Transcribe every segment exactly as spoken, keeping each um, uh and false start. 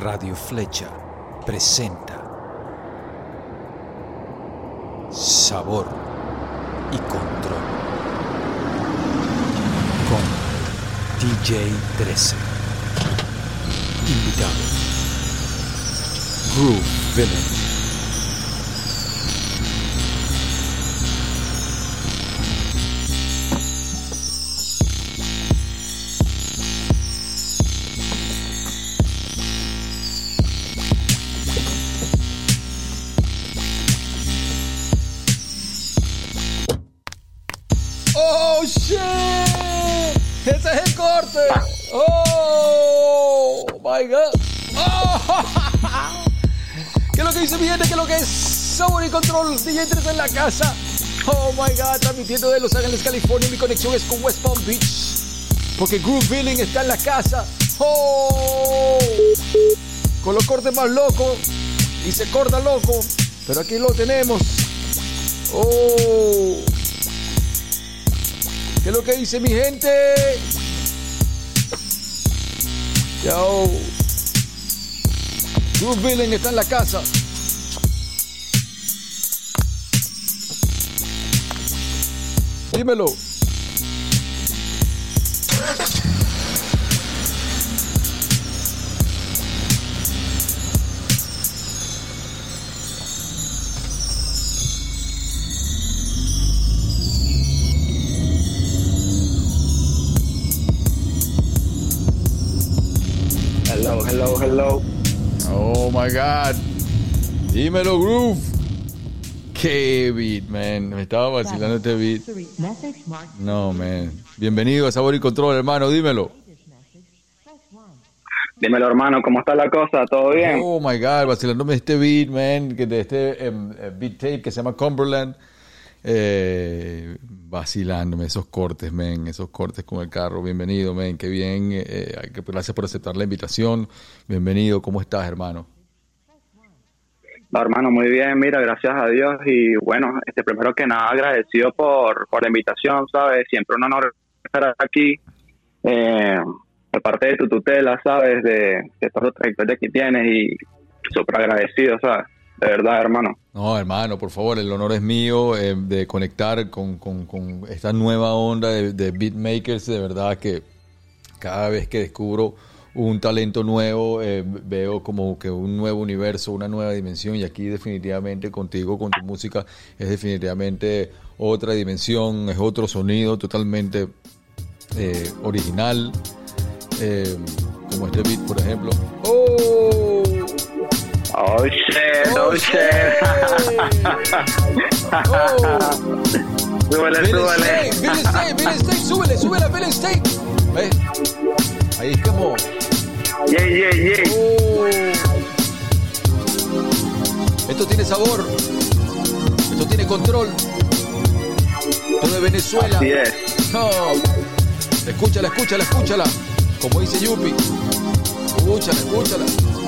Radio Flecha presenta Sabor y Control con D J trece. Invitados: Groove Villain, ¡Oh, shit! ¡Ese es el corte! ¡Oh, my God! ¡Oh! ¿Qué es lo que dice mi gente? ¿Qué es lo que es Sabor y Control? D J trece en la casa. ¡Oh, my God! Transmitiendo de Los Ángeles, California. Mi conexión es con West Palm Beach, porque Groove Villain está en la casa. ¡Oh! Con los cortes más locos. Y se corta loco. Pero aquí lo tenemos. ¡Oh! ¿Qué es lo que dice mi gente? Yo. Groove Villain está en la casa. Dímelo. Hello, hello, hello. Oh my God. Dímelo, Groove. Qué beat, man. Me estaba vacilando este beat. No, man. Bienvenido a Sabor y Control, hermano. Dímelo. Dímelo, hermano, ¿cómo está la cosa? ¿Todo bien? Oh my God, vacilándome este beat, man. Que de este um, beat tape que se llama Cumberland. Eh, vacilándome esos cortes, men, esos cortes con el carro. Bienvenido, men, qué bien. Eh, gracias por aceptar la invitación. Bienvenido, ¿cómo estás, hermano? No, hermano, muy bien, mira, gracias a Dios. Y bueno, este primero que nada, agradecido por, por la invitación, ¿sabes? Siempre un honor estar aquí. Eh, por parte de tu tutela, ¿sabes? De, de toda la trayectoria que tienes y súper agradecido, ¿sabes? De verdad, hermano. No, hermano, por favor, el honor es mío eh, de conectar con, con, con esta nueva onda de, de beatmakers. De verdad que cada vez que descubro un talento nuevo, eh, veo como que un nuevo universo, una nueva dimensión. Y aquí definitivamente contigo, con tu música, es definitivamente otra dimensión, es otro sonido totalmente eh, original. Eh, como este beat, por ejemplo. ¡Oh! Oh shit, oh, oh shit. Oh. Súbele, súbele. Villain State, Villain State, súbele, súbele a Villain State. ¿Ves? Ahí es como. Yeah, yeah, yeah. Oh. Esto tiene sabor. Esto tiene control. Esto de Venezuela. Así es. No. Escúchala, escúchala, escúchala. Como dice Yupi. Escúchala, escúchala.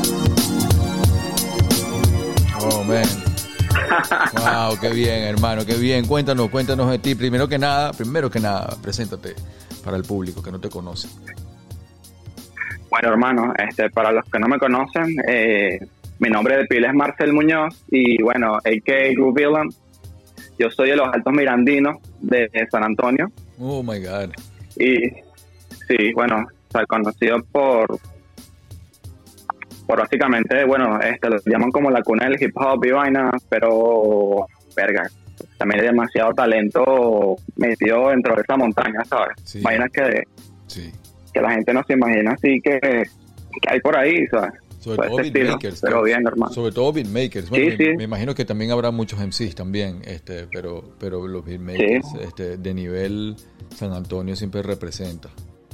Oh, man. Wow, qué bien, hermano, qué bien. Cuéntanos, cuéntanos de ti. Primero que nada, primero que nada, preséntate para el público que no te conoce. Bueno, hermano, este, para los que no me conocen, eh, mi nombre de pila es Marcel Muñoz y bueno, a k a. Groove Villain. Yo soy de los Altos Mirandinos de San Antonio. Oh, my God. Y sí, bueno, o sea, conocido por... por básicamente, bueno, este lo llaman como la cuna del hip hop y vaina, pero, verga, también hay demasiado talento metido dentro de esa montaña, ¿sabes? Sí. Vainas que, Sí. que la gente no se imagina así que, que hay por ahí, ¿sabes? Sobre Por todo ese estilo, beatmakers. pero bien, hermano. Sobre todo beatmakers. Bueno, Sí, me, sí. me imagino que también habrá muchos M Cs también, este, pero, pero los beatmakers Sí. este, de nivel San Antonio siempre representa.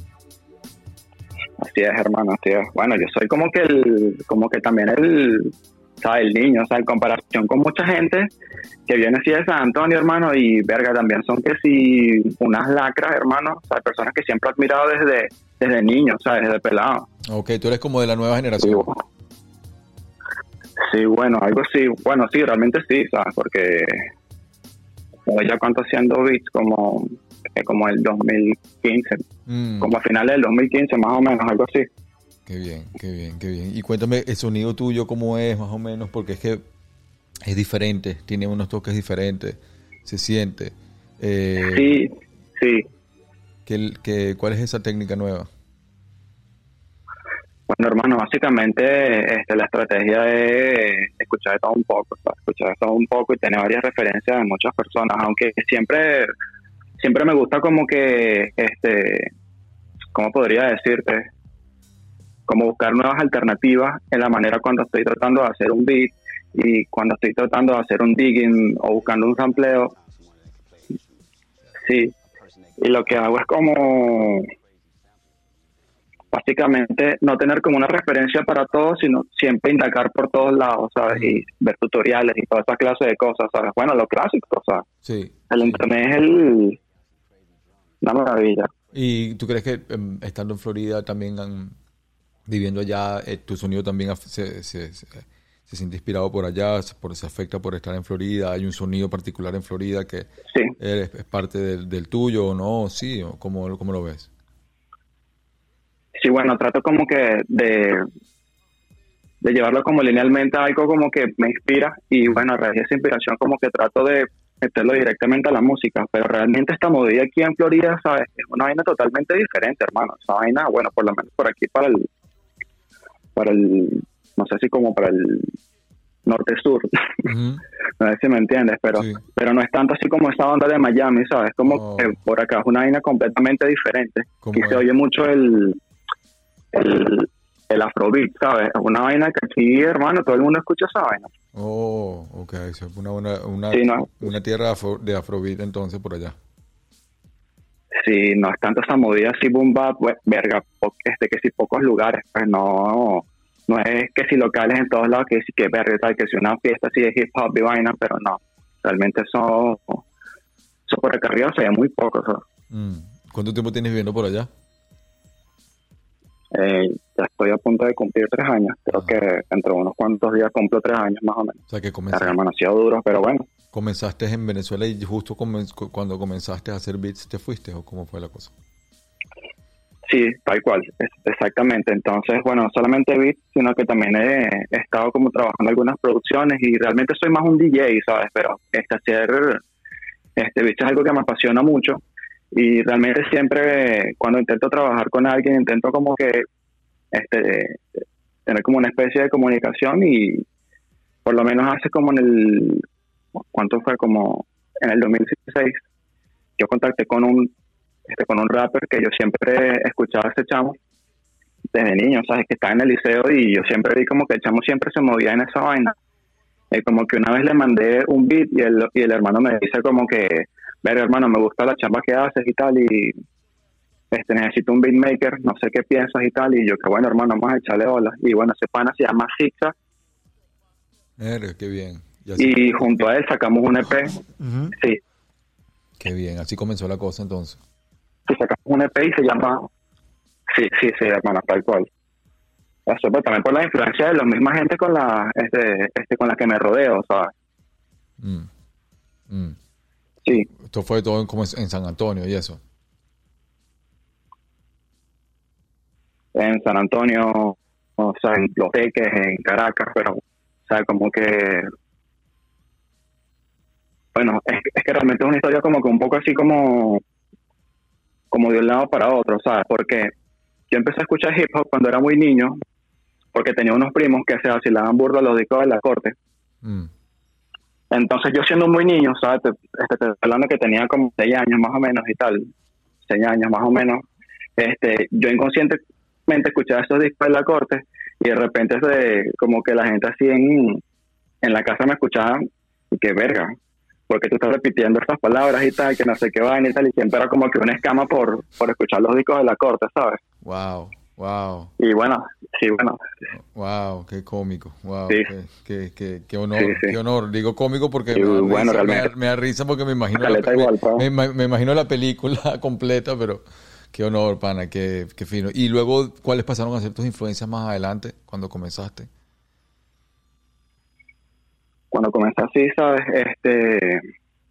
Así es, hermano, así es. Bueno, yo soy como que el, como que también el, ¿sabes? El niño, o sea, en comparación con mucha gente que viene así de San Antonio, hermano, y verga, también son que si unas lacras, hermano, o sea, personas que siempre he admirado desde, desde niño, o sea, desde pelado. Ok, tú eres como de la nueva Sí, generación. bueno. Sí, bueno, algo sí, bueno, sí, realmente sí, ¿sabes? Porque ya cuánto haciendo beats, como eh, como el dos mil quince, Mm. como a finales del dos mil quince más o menos, algo así. Qué bien, qué bien, qué bien. Y cuéntame el sonido tuyo, cómo es más o menos, porque es que es diferente, tiene unos toques diferentes, se siente. Eh, Sí, sí. ¿qué, qué, ¿Cuál es esa técnica nueva? Bueno, hermano, básicamente este, la estrategia es escuchar de todo un poco, o sea, escuchar de todo un poco y tener varias referencias de muchas personas, aunque siempre, siempre me gusta como que, este, ¿cómo podría decirte? Como buscar nuevas alternativas en la manera cuando estoy tratando de hacer un beat y cuando estoy tratando de hacer un digging o buscando un sampleo, sí. Y lo que hago es como básicamente no tener como una referencia para todo, sino siempre indagar por todos lados, ¿sabes? Y ver tutoriales y toda esa clase de cosas, ¿sabes? Bueno, lo clásico, o sea, Sí, el sí. internet es el, una maravilla. ¿Y tú crees que eh, estando en Florida también, han, viviendo allá, eh, tu sonido también af- se, se, se, se siente inspirado por allá, se, por, se afecta por estar en Florida? ¿Hay un sonido particular en Florida que Sí, es, es parte del, del tuyo o no? ¿Sí? ¿O cómo, cómo lo ves? sí, bueno, trato como que de, de llevarlo como linealmente a algo como que me inspira y bueno, a raíz de esa inspiración como que trato de meterlo directamente a la música, pero realmente esta movida aquí en Florida, ¿sabes? Es una vaina totalmente diferente, hermano. Esa vaina, bueno, por lo menos por aquí para el, para el, no sé si como para el norte-sur, Uh-huh. no sé si me entiendes, pero Sí. pero no es tanto así como esa onda de Miami, ¿sabes? Como Oh, que por acá es una vaina completamente diferente. ¿cómo Aquí se es? oye mucho el, el, el afrobeat, ¿sabes? Es una vaina que aquí, hermano, todo el mundo escucha esa vaina. Oh, ok. Eso es una, una, una, Sí, no, una tierra afro- de afrobeat entonces por allá. sí, no es tanto esa movida así boom bap, pues, verga, po- este, que si pocos lugares, pues no, no es que si locales en todos lados, que si que verga tal, que si una fiesta así de hip hop y vaina, pero no, realmente eso, eso por acá arriba se ve muy poco, eso. Mm. ¿Cuánto tiempo tienes viviendo por allá? Eh, ya estoy a punto de cumplir tres años, creo Ah. que dentro de unos cuantos días cumplo tres años más o menos. O sea que Verga, comenzaste, hermano, ha sido duro, pero bueno, comenzaste en Venezuela y justo comen- cu- cuando comenzaste a hacer beats te fuiste, ¿o cómo fue la cosa? sí, tal cual, es- exactamente. Entonces, bueno, no solamente beats, sino que también he, he estado como trabajando en algunas producciones y realmente soy más un D J, ¿sabes? Pero este, hacer este beats es algo que me apasiona mucho y realmente siempre cuando intento trabajar con alguien intento como que este tener como una especie de comunicación y por lo menos hace como en el, ¿cuánto fue? Como en el dos mil dieciséis yo contacté con un este, con un rapper que yo siempre escuchaba a ese chamo desde niño, ¿sabes? Que estaba en el liceo y yo siempre vi como que el chamo siempre se movía en esa vaina. Y como que una vez le mandé un beat y el, y el hermano me dice como que, ver hermano, me gusta la chamba que haces y tal y este necesito un beatmaker, no sé qué piensas y tal. Y yo que bueno, hermano, vamos a echarle bolas. Y bueno, ese pana se llama Zigzag Verga, qué bien. Y así, y junto a él sacamos un E P. Ujú. Sí, Qué bien, así comenzó la cosa entonces. sí, sacamos un E P y se llama... Sí, sí, sí, hermano, tal cual. Eso, pues también por la influencia de la misma gente con la, este, este, con la que me rodeo, ¿sabes? Mm, mm. Sí, Esto fue todo en, como en San Antonio y eso. en San Antonio, o sea, en Los Teques, en Caracas, pero, o sea, como que, bueno, es, es que realmente es una historia como que un poco así como, como de un lado para otro, ¿sabes? Porque yo empecé a escuchar hip hop cuando era muy niño, porque tenía unos primos que se vacilaban burda los discos de la corte. Mm. Entonces yo siendo muy niño, ¿sabes? Te, este, te estoy hablando que tenía como seis años más o menos y tal, seis años más o menos, este, yo inconscientemente escuchaba esos discos de la corte y de repente se, como que la gente así en, en la casa me escuchaban y que verga, porque tú estás repitiendo estas palabras y tal, que no sé qué vaina y tal, y siempre era como que una escama por, por escuchar los discos de la corte, ¿sabes? Wow, wow, Y bueno, sí, bueno, wow, qué cómico, wow, sí, qué, qué, qué, qué honor, sí, sí. qué honor. Digo cómico porque Y me da bueno, risa, me da, realmente, me da risa porque me imagino la, caleta pe- me, igual, pues. me ima- me imagino la película completa, pero qué honor, pana, qué, qué fino. Y luego, ¿cuáles pasaron a ser tus influencias más adelante cuando comenzaste? Cuando comencé así, ¿sabes? Este,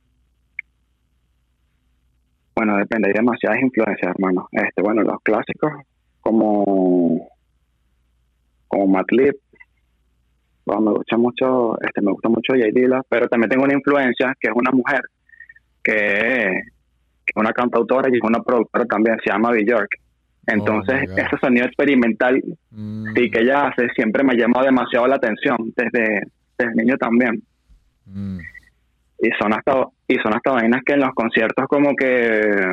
bueno, depende, hay demasiadas influencias, hermano. Este, bueno, los clásicos, como como Madlib. Bueno, me gusta mucho, este, me gusta mucho J Dilla, pero también tengo una influencia que es una mujer que, que es una cantautora y es una productora también, se llama Björk. Entonces, Oh, my God. ese sonido experimental Mm, sí que ella hace siempre me ha llamado demasiado la atención desde, desde niño también. mm, Y son hasta y son hasta vainas que en los conciertos como que,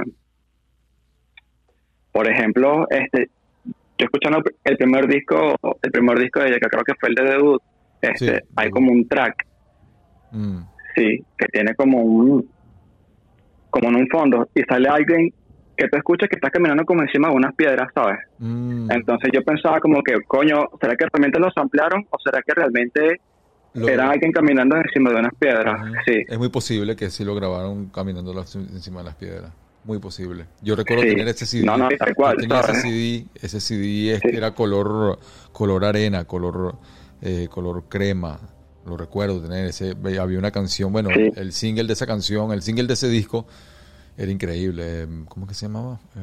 por ejemplo, este yo escuchando el primer disco, el primer disco de ella, que creo que fue el de debut, este, Sí, hay debut. como un track, mm. sí, que tiene como un como en un fondo y sale alguien que tú escuchas que está caminando como encima de unas piedras, ¿sabes? Mm. Entonces yo pensaba como que, coño, ¿será que realmente los ampliaron o será que realmente Lo- era alguien caminando encima de unas piedras? Ujú. Sí, Es muy posible que sí lo grabaron caminando las- encima de las piedras. Muy posible. Yo recuerdo sí. tener ese C D. No, no, tal cual, Yo tenía ese ¿sabes? C D. Ese C D es- Sí. era color, color arena, color, eh, color crema. Lo recuerdo tener ese. Había una canción, bueno, Sí. el single de esa canción, el single de ese disco era increíble. Eh, ¿Cómo que se llamaba? Eh,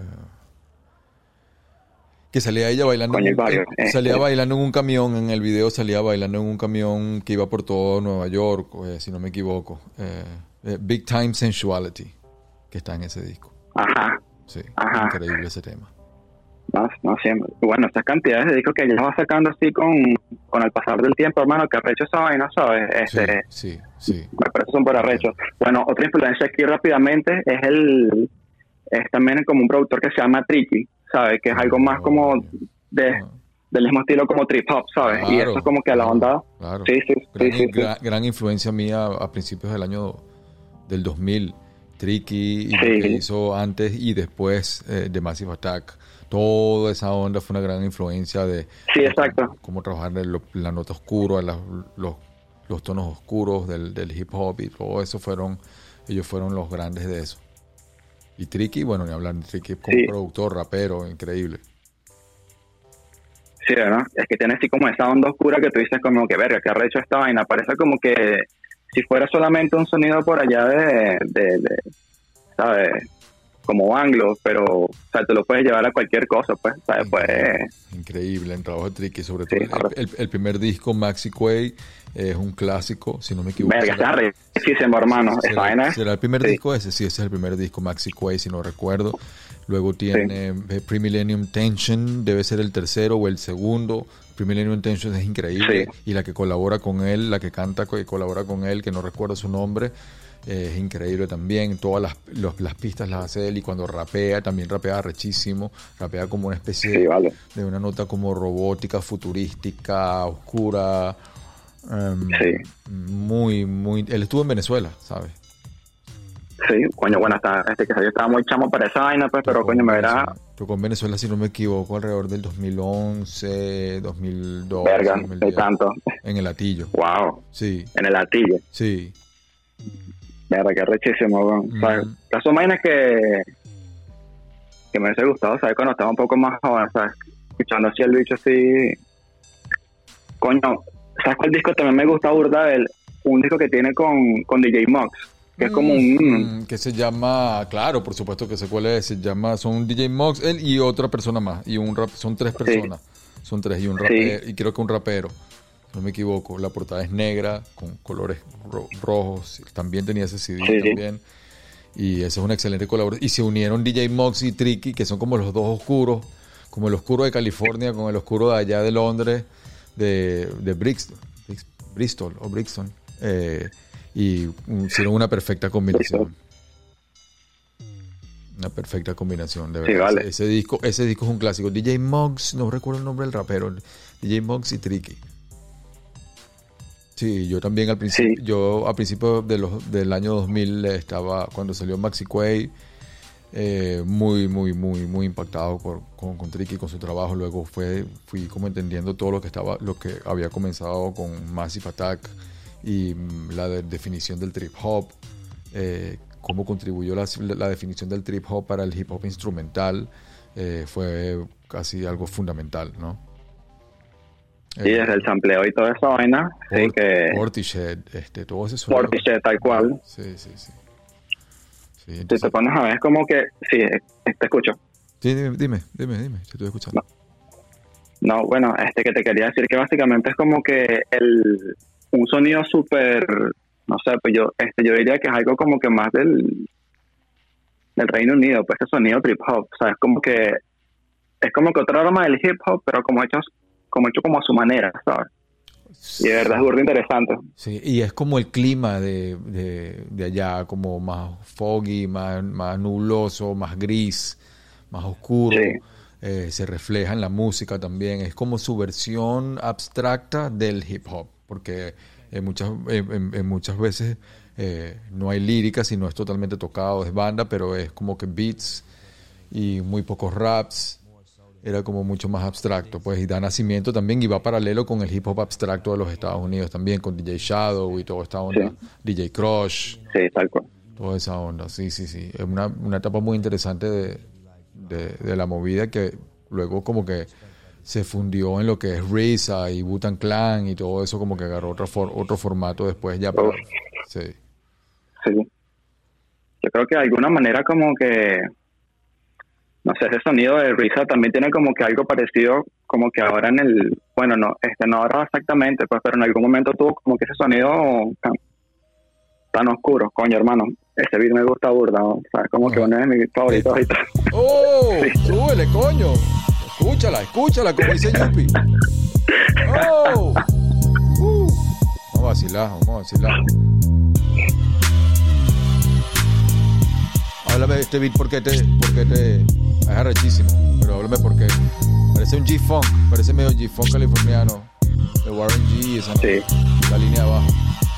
que salía ella bailando, Coño, en un- varios, en- salía este. bailando en un camión, en el video salía bailando en un camión que iba por todo Nueva York, eh, si no me equivoco. Eh, eh, Big Time Sensuality, que está en ese disco. Ajá, Sí, Ajá. increíble ese tema. no, no siempre. Bueno, estas cantidades de discos que ella va sacando así con, con el pasar del tiempo, hermano, que arrecho esa vaina, ¿sabes? Sí, Este, sí, sí. me parece súper arrecho. Bueno, otra influencia aquí rápidamente es el, es también como un productor que se llama Tricky, ¿sabes? Que es algo más como de, Ah, del mismo estilo como trip hop, ¿sabes? y claro, eso es como que a la claro, onda, claro. sí, sí, sí, Gran, sí, sí. gran- gran influencia mía a principios del año del dos mil. Tricky y lo Sí. que hizo antes y después eh, de Massive Attack. Toda esa onda fue una gran influencia de, Sí, de exacto. cómo, cómo trabajar en lo- la nota oscura, la- los, los tonos oscuros del, del hip hop y todo eso fueron, ellos fueron los grandes de eso. Y Tricky, bueno, ni hablar de Tricky como Sí. productor, rapero, increíble. Sí, ¿no? Es que tiene así como esa onda oscura que tú dices como que, verga, que arrecho esta vaina. Parece como que si fuera solamente un sonido por allá de, de, de ¿sabes? Como anglo, pero, o sea, te lo puedes llevar a cualquier cosa, pues, ¿sabes? Pues, Increíble, increíble el trabajo de Tricky, sobre Sí, todo el, el- el primer disco, Maxi Quay, es un clásico, si no me equivoco. verga, está será- arrechísimo, hermano. Esa ¿Será, vaina es- será el primer sí. disco ese? Sí, ese es el primer disco, Maxi Quay, si no recuerdo. Luego tiene eh, Pre-Millennium Tension, debe ser el tercero o el segundo. Pre-Millennium Tension es increíble. Sí. Y la que colabora con él, la que canta y colabora con él, que no recuerdo su nombre, eh, es increíble también. Todas las, los- las pistas las hace él y cuando rapea, también rapea rechísimo. Rapea como una especie Sí, vale. de una nota como robótica, futurística, oscura. em, Sí. Muy, muy... Él estuvo en Venezuela, ¿sabes? Sí, coño, bueno, hasta este que salió estaba muy chamo para esa vaina, pues, pero coño, me verá, Venezuela. Tocó en Venezuela, si no me equivoco, alrededor del dos mil once, dos mil doce, verga, dos mil de diez. tanto. En el Atillo. Wow, Sí, en el latillo. sí. Verga, que arrechísimo, weón. O sea, Mm. las son vainas que, que me hubiese gustado, ¿sabes? Cuando estaba un poco más joven, ¿sabes? Escuchando así el bicho así. Coño, ¿sabes cuál disco también me gusta burda? El, un disco que tiene con, con D J Mox, que es como un... Mm, que se llama, claro, por supuesto que sé cuál es, se llama, son D J Mox, él y otra persona más, y un rap, son tres personas, son tres, y un rapero, y creo que un rapero, si no me equivoco, la portada es negra, con colores ro- rojos, también tenía ese C D Sí. también, y esa es una excelente colaboración, y se unieron D J Mox y Tricky, que son como los dos oscuros, como el oscuro de California con el oscuro de allá de Londres, de, de Brixton, Brix- Bristol o Brixton, eh, y hicieron una perfecta combinación. Una perfecta combinación, de verdad. Sí, vale. ese, ese disco, ese disco es un clásico. D J Muggs, no recuerdo el nombre del rapero. D J Muggs y Tricky. Sí, yo también al principio, Sí. yo a principios de los, del año dos mil estaba, cuando salió Maxi Quay, eh, muy, muy, muy, muy impactado por, con, con Tricky, con su trabajo. Luego fue, fui como entendiendo todo lo que estaba, lo que había comenzado con Massive Attack y mm, la de- definición del trip hop, eh, cómo contribuyó la, la definición del trip hop para el hip hop instrumental, eh, fue casi algo fundamental, ¿no? Sí, desde el sampleo y toda esa vaina, sí, Port- que... Portishead, este, todo ese sonido. Portishead, tal cual. Sí, sí, sí. Sí, Si entonces- te pones a ver, es como que... Sí, eh, te escucho. sí, dime, dime, dime, dime, te estoy escuchando. No, bueno, este que te quería decir que básicamente es como que el un sonido súper, no sé, pues yo este yo diría que es algo como que más del del Reino Unido, pues ese sonido trip hop, o sea, es como que es como que otra rama del hip hop, pero como hecho como hecho como a su manera, ¿sabes? Y de verdad es burda interesante. Sí, y es como el clima de, de, de allá, como más foggy, más, más nubloso, más gris, más oscuro. Sí. Eh, se refleja en la música también. Es como su versión abstracta del hip hop, porque en muchas, en, en muchas veces eh, no hay lírica, sino es totalmente tocado, es banda, pero es como que beats y muy pocos raps. Era como mucho más abstracto, pues, y da nacimiento también, y va paralelo con el hip hop abstracto de los Estados Unidos también, con D J Shadow y toda esta onda, Sí. D J Crush, Sí, tal cual. toda esa onda, sí, sí, sí. Es una, una etapa muy interesante de, de, de la movida que luego como que se fundió en lo que es R Z A y Wu-Tang Clan y todo eso, como que agarró otro, for, otro formato después ya para... Uf. Sí. Sí. Yo creo que de alguna manera como que, no sé, ese sonido de risa también tiene como que algo parecido, como que ahora en el, bueno, no, este no ahora exactamente, pues, pero en algún momento tuvo como que ese sonido tan, tan oscuro, coño, hermano, ese beat me gusta burda, ¿no? O sea, es como que Ah. uno de mis favoritos ahorita. ¡Oh! Sí. ¡Súbele, coño! Escúchala, escúchala, como dice Yupi. ¡Oh! Uh. Vamos a vacilar, vamos a vacilar. Háblame de este beat, ¿por qué te...? Por qué te es arrechísimo, pero háblame por qué. Parece un G-Funk, parece medio G-Funk californiano. De Warren G, esa Sí. la línea de abajo.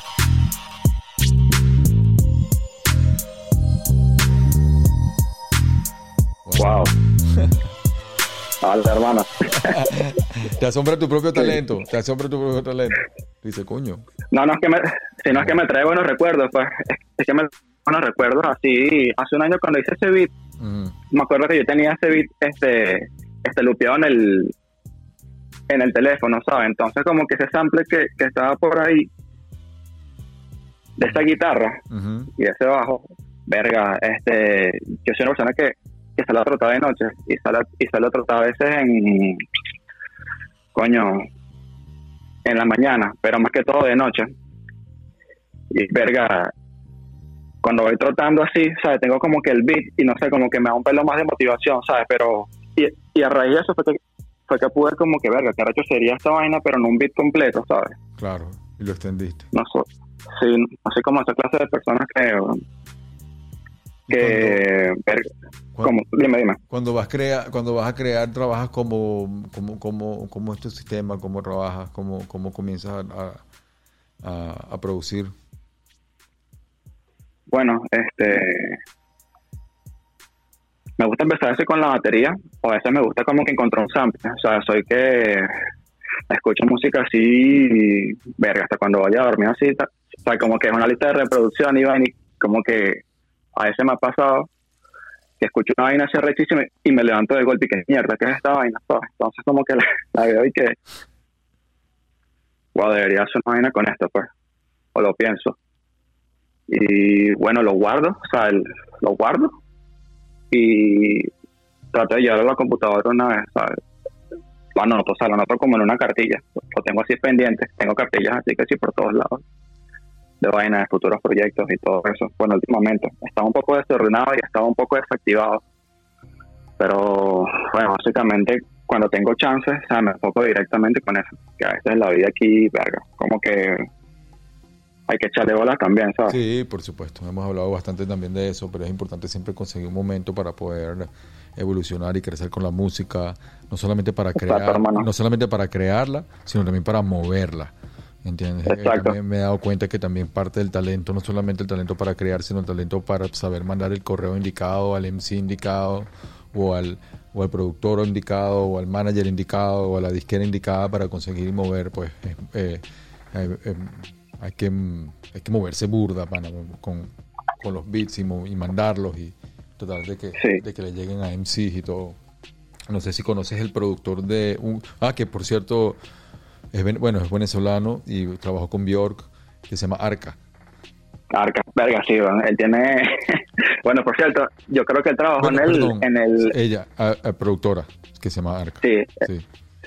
Wow. Vale, hermano. Te asombra tu propio talento, te asombra tu propio talento. Dice, coño. No, no es que me, sino es que me trae buenos recuerdos, pues, es, es que me trae buenos recuerdos así, hace un año cuando hice ese beat, Mm. me acuerdo que yo tenía ese beat, este, este lupeado en el, en el teléfono, ¿sabes? Entonces como que ese sample que, que estaba por ahí, de esa guitarra Uh-huh. y de ese bajo, verga, este, yo soy una persona que, que sale a trotar de noche, y sale, y sale a trotar a veces en, coño, en la mañana, pero más que todo de noche. Y verga, cuando voy trotando así, ¿sabes? Tengo como que el beat y no sé, como que me da un pelo más de motivación, ¿sabes? Pero, y, y a raíz de eso fue que, fue que pude como que, verga, que aracho sería esta vaina, pero no un beat completo, ¿sabes? Claro, y lo extendiste. No sé, sí, no sé cómo esa clase de personas que, que, verga, Cuando, ¿cómo? Dime, dime. cuando vas crea, cuando vas a crear, trabajas como, como, como, como es tu sistema, cómo trabajas, cómo, cómo comienzas a, a, a producir. Bueno, este, me gusta empezar así con la batería, o a veces me gusta como que encontrar un sample, o sea, soy que escucho música así, verga, hasta cuando vaya a dormir así, ta- o sea, como que es una lista de reproducción y vaina, y como que a veces me ha pasado que escucho una vaina así rechísima y me levanto de golpe y que mierda, ¿qué es esta vaina? ¿Sabes? Entonces como que la, la veo y que, wow, debería hacer una vaina con esto, pues, o lo pienso. Y bueno, lo guardo, o sea, el- lo guardo y trato de llevarlo a la computadora una vez, ¿sabes? Lo anoto, o sea, lo anoto como en una cartilla, lo tengo así pendiente, tengo cartillas así que sí por todos lados, de vainas, de futuros proyectos y todo eso. Bueno, últimamente estaba un poco desordenado y estaba un poco desactivado, pero bueno, básicamente cuando tengo chances, o sea, me enfoco directamente con eso, que a veces la vida aquí, verga, como que hay que echarle bolas también, ¿sabes? Sí, por supuesto. Hemos hablado bastante también de eso, pero es importante siempre conseguir un momento para poder evolucionar y crecer con la música, no solamente para Exacto, crear, hermano. no solamente para crearla, sino también para moverla. ¿Entiendes? Eh, Exacto. también me he dado cuenta que también parte del talento, no solamente el talento para crear, sino el talento para saber mandar el correo indicado al M C indicado o al, o al productor indicado o al manager indicado o a la disquera indicada para conseguir mover, pues eh, eh, eh, eh, hay que hay que moverse burda, pana, con, con los beats y, mo- y mandarlos y tratar de que, Sí. de que le lleguen a M Cs y todo. No sé si conoces el productor de un... Ah, que por cierto, es, ven- bueno, es venezolano y trabajó con Bjork, que se llama Arca. Arca, verga, sí, bueno, él tiene... bueno, por cierto, yo creo que él trabajó Bueno, en, el, perdón, en el... ella, a- a productora, que se llama Arca. Sí, Sí.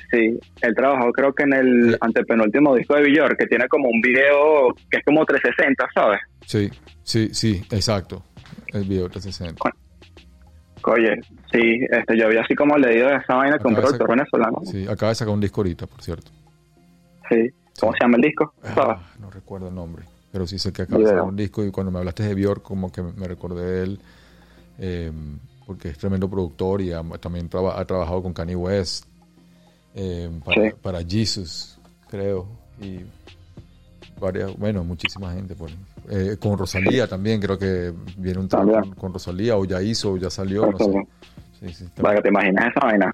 Sí, él trabajó creo que en el antepenúltimo disco de Villor, que tiene como un video que es como trescientos sesenta, ¿sabes? Sí, sí, sí, exacto. El video trescientos sesenta. Oye, sí, este, yo había así como leído de esa vaina con un productor sacar, venezolano. Sí, acaba de sacar un disco ahorita, por cierto. Sí, ¿cómo sí. se llama el disco? ¿Sabes? Ah, no recuerdo el nombre, pero sí sé que acaba de sacar un disco y cuando me hablaste de Björk como que me recordé de él, eh, porque es tremendo productor y ha, también traba, ha trabajado con Kanye West, eh, para, sí. para Jesus, creo, y varias, bueno, muchísima gente, pues. Eh, con Rosalía también, creo que viene un trabajo con, con Rosalía, o ya hizo, o ya salió, no sé. Sí, sí, para que te imaginas esa vaina.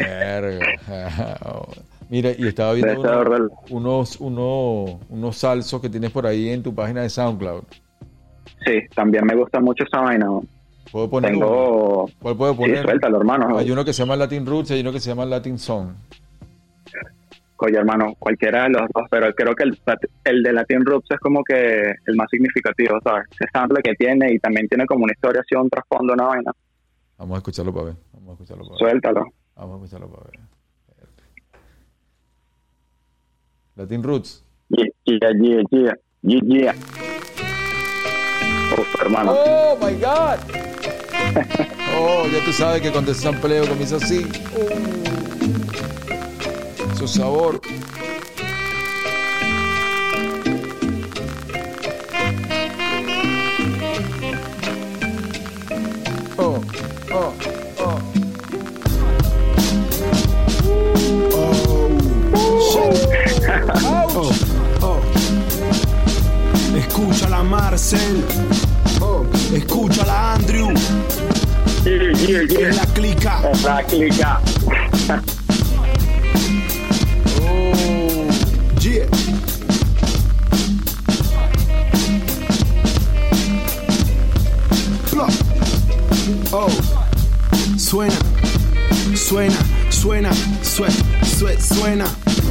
Mira, y estaba viendo uno, unos, unos, unos salsos que tienes por ahí en tu página de SoundCloud. Sí, también me gusta mucho esa vaina. ¿Puedo poner Tengo... uno? ¿Cuál puedo poner? Sí, suéltalo, hermano. Hay uno que se llama Latin Roots y hay uno que se llama Latin Song. Oye, hermano, cualquiera de los dos, pero creo que el, el de Latin Roots es como que el más significativo, ¿sabes? Ese sample que tiene y también tiene como una historia así, un trasfondo, una vaina. Vamos a escucharlo para ver. Vamos a escucharlo para ver. Suéltalo. Vamos a escucharlo para ver. Latin Roots. Yeah, yeah, yeah, yeah, yeah, yeah. Oh, hermano. Oh, my God. Oh, ya tú sabes que cuando ese sampleo comienza así. Oh. Su sabor. Oh, oh, oh. Oh, oh. Escúchala, Marcel. Oh. Escúchala, Andrew. Yeah, yeah, yeah. Es la clica. Es la clica. Oh, yeah. Oh, suena, suena, suena, suena, suena, suena.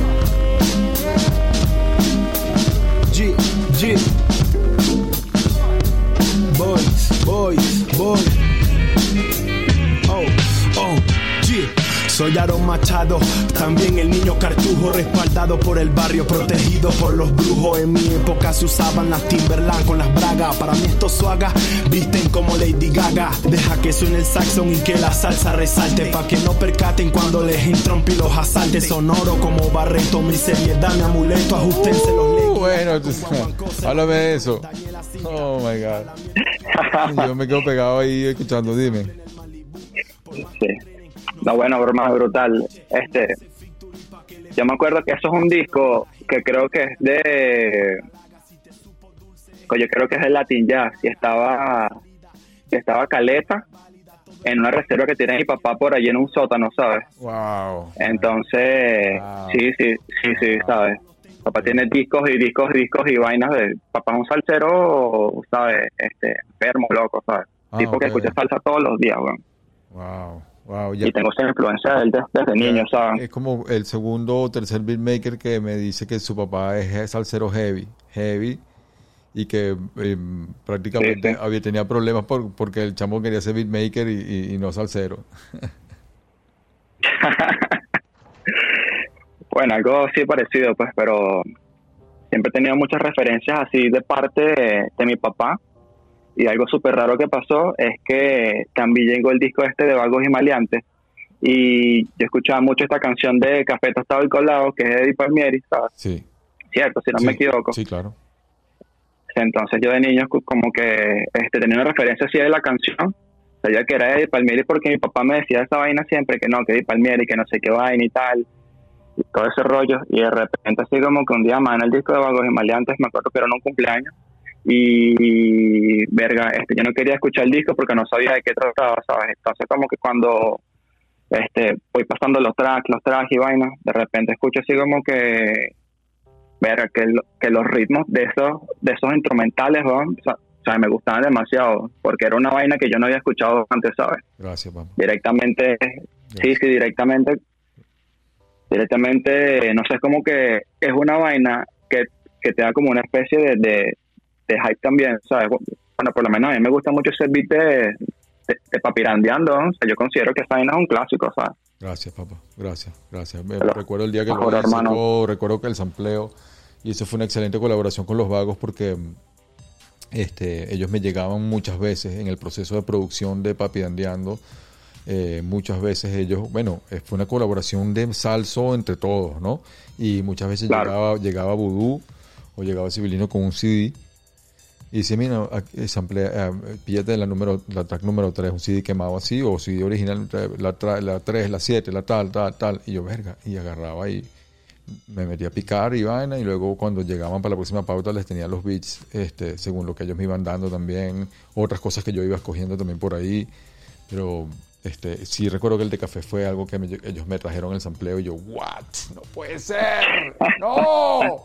G, G. Boys, boys, boys. Oh, oh, G. Soy Aaron Machado, también el niño cartujo, respaldado por el barrio, protegido por los brujos. En mi época se usaban las Timberland con las bragas. Para mí estos swagas visten como Lady Gaga. Deja que suene el saxón y que la salsa resalte, pa' que no percaten cuando les entrompe y los asalte. Sonoro como Barreto, mi seriedad, mi amuleto, ajustense los leggings. Uh, bueno, tú, háblame de eso. Oh my God. Yo me quedo pegado ahí escuchando, dime. Sí. No, bueno, broma brutal. Este, yo me acuerdo que eso es un disco que creo que es de, yo creo que es de Latin Jazz y estaba, estaba Caleta en una reserva que tiene mi papá por allí en un sótano, ¿sabes? Wow. Entonces, wow. sí, sí, sí, sí, ¿sabes? Papá sí. Tiene discos y discos, discos y vainas de, papá es un salsero, ¿sabes? Este, enfermo, loco, ¿sabes? Ah, tipo okay. Que escucha salsa todos los días, weón. Wow. Wow, ya, y tengo esa influencia de él desde, desde niño, ¿sabes? Es como el segundo o tercer beatmaker que me dice que su papá es salsero heavy, heavy, y que eh, prácticamente sí, sí. Había, tenía problemas por, porque el chamo quería ser beatmaker y, y, y no salsero. Bueno, algo así parecido, pues, pero siempre he tenido muchas referencias así de parte de, de mi papá. Y algo súper raro que pasó es que también llegó el disco este de Vagos y Maleantes y yo escuchaba mucho esta canción de Café Tostado y Colado, que es de Eddie Palmieri, ¿sabes? Sí. Cierto, si no sí, me equivoco. Sí, claro. Entonces yo de niño como que este, tenía una referencia así de la canción, sabía que era de Eddie Palmieri porque mi papá me decía esa vaina siempre, que no, que Eddie Palmieri, que no sé qué vaina y tal, y todo ese rollo, y de repente así como que un día más en el disco de Vagos y Maleantes, me acuerdo que era en un cumpleaños, y verga, este, yo no quería escuchar el disco porque no sabía de qué trataba, ¿sabes? Entonces como que cuando este voy pasando los tracks, los tracks y vainas, de repente escucho así como que verga, que, lo, que los ritmos de esos de esos instrumentales, ¿no? O sea, o sea, me gustaban demasiado, porque era una vaina que yo no había escuchado antes, ¿sabes? Gracias, papá. Directamente, Gracias. sí, sí, directamente, directamente, no sé, es como que es una vaina que, que te da como una especie de, de de hype también, ¿sabes? Bueno, por lo menos a mí me gusta mucho ese beat de, de, de Papirandeando, ¿no? O sea, yo considero que esa vaina es un clásico, ¿sabes? Gracias, papá. Gracias, gracias. Me, Pero, recuerdo el día que ahora, lo hice, hermano. todo, recuerdo que el sampleo, y eso fue una excelente colaboración con Los Vagos porque este, ellos me llegaban muchas veces en el proceso de producción de Papi Dandeando. Eh, muchas veces ellos, bueno, eh, fue una colaboración de salso entre todos, ¿no? Y muchas veces Claro. llegaba, llegaba Vudú o llegaba Civilino con un C D y dice, mira, aquí, samplea, eh, píllate la, número, la track número tres, un C D quemado así, o C D original, la, tra- la tres, la siete, la tal, tal, tal, y yo, verga, y agarraba y me metía a picar y vaina, y luego cuando llegaban para la próxima pauta les tenía los beats, este, según lo que ellos me iban dando también, otras cosas que yo iba escogiendo también por ahí, pero este, sí recuerdo que el de café fue algo que me- ellos me trajeron el sampleo y yo, what, no puede ser, no.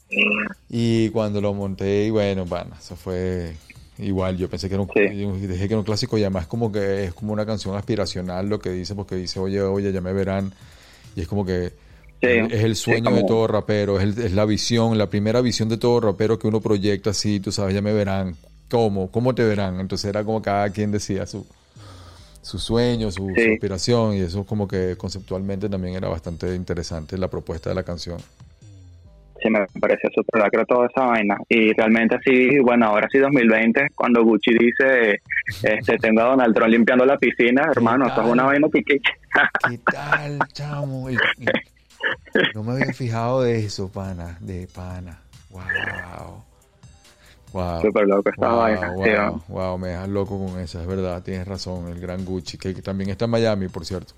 Y cuando lo monté, y bueno, bueno, eso fue igual. Yo pensé que era un, Sí. yo dije que era un clásico y además como que es como una canción aspiracional lo que dice, porque dice, oye, oye, ya me verán. Y es como que Sí, es el sueño sí, como- de todo rapero, es, el- es la visión, la primera visión de todo rapero que uno proyecta así, tú sabes, ya me verán. ¿Cómo? ¿Cómo te verán? Entonces era como cada quien decía su, su sueño, su, Sí. su aspiración, y eso como que conceptualmente también era bastante interesante la propuesta de la canción. Sí, me pareció súper lacro toda esa vaina. Y realmente sí, bueno, ahora sí dos mil veinte, cuando Gucci dice, este, tengo a Donald Trump limpiando la piscina, hermano, esto es tal? una vaina pique. ¿Qué tal, chamo? El- el- no me había fijado de eso, pana, de pana. Wow. Wow. Súper loco esta wow, vaina, wow, sí, ¿no? wow, me dejas loco con eso, es verdad, tienes razón, el gran Gucci, que, que también está en Miami, por cierto.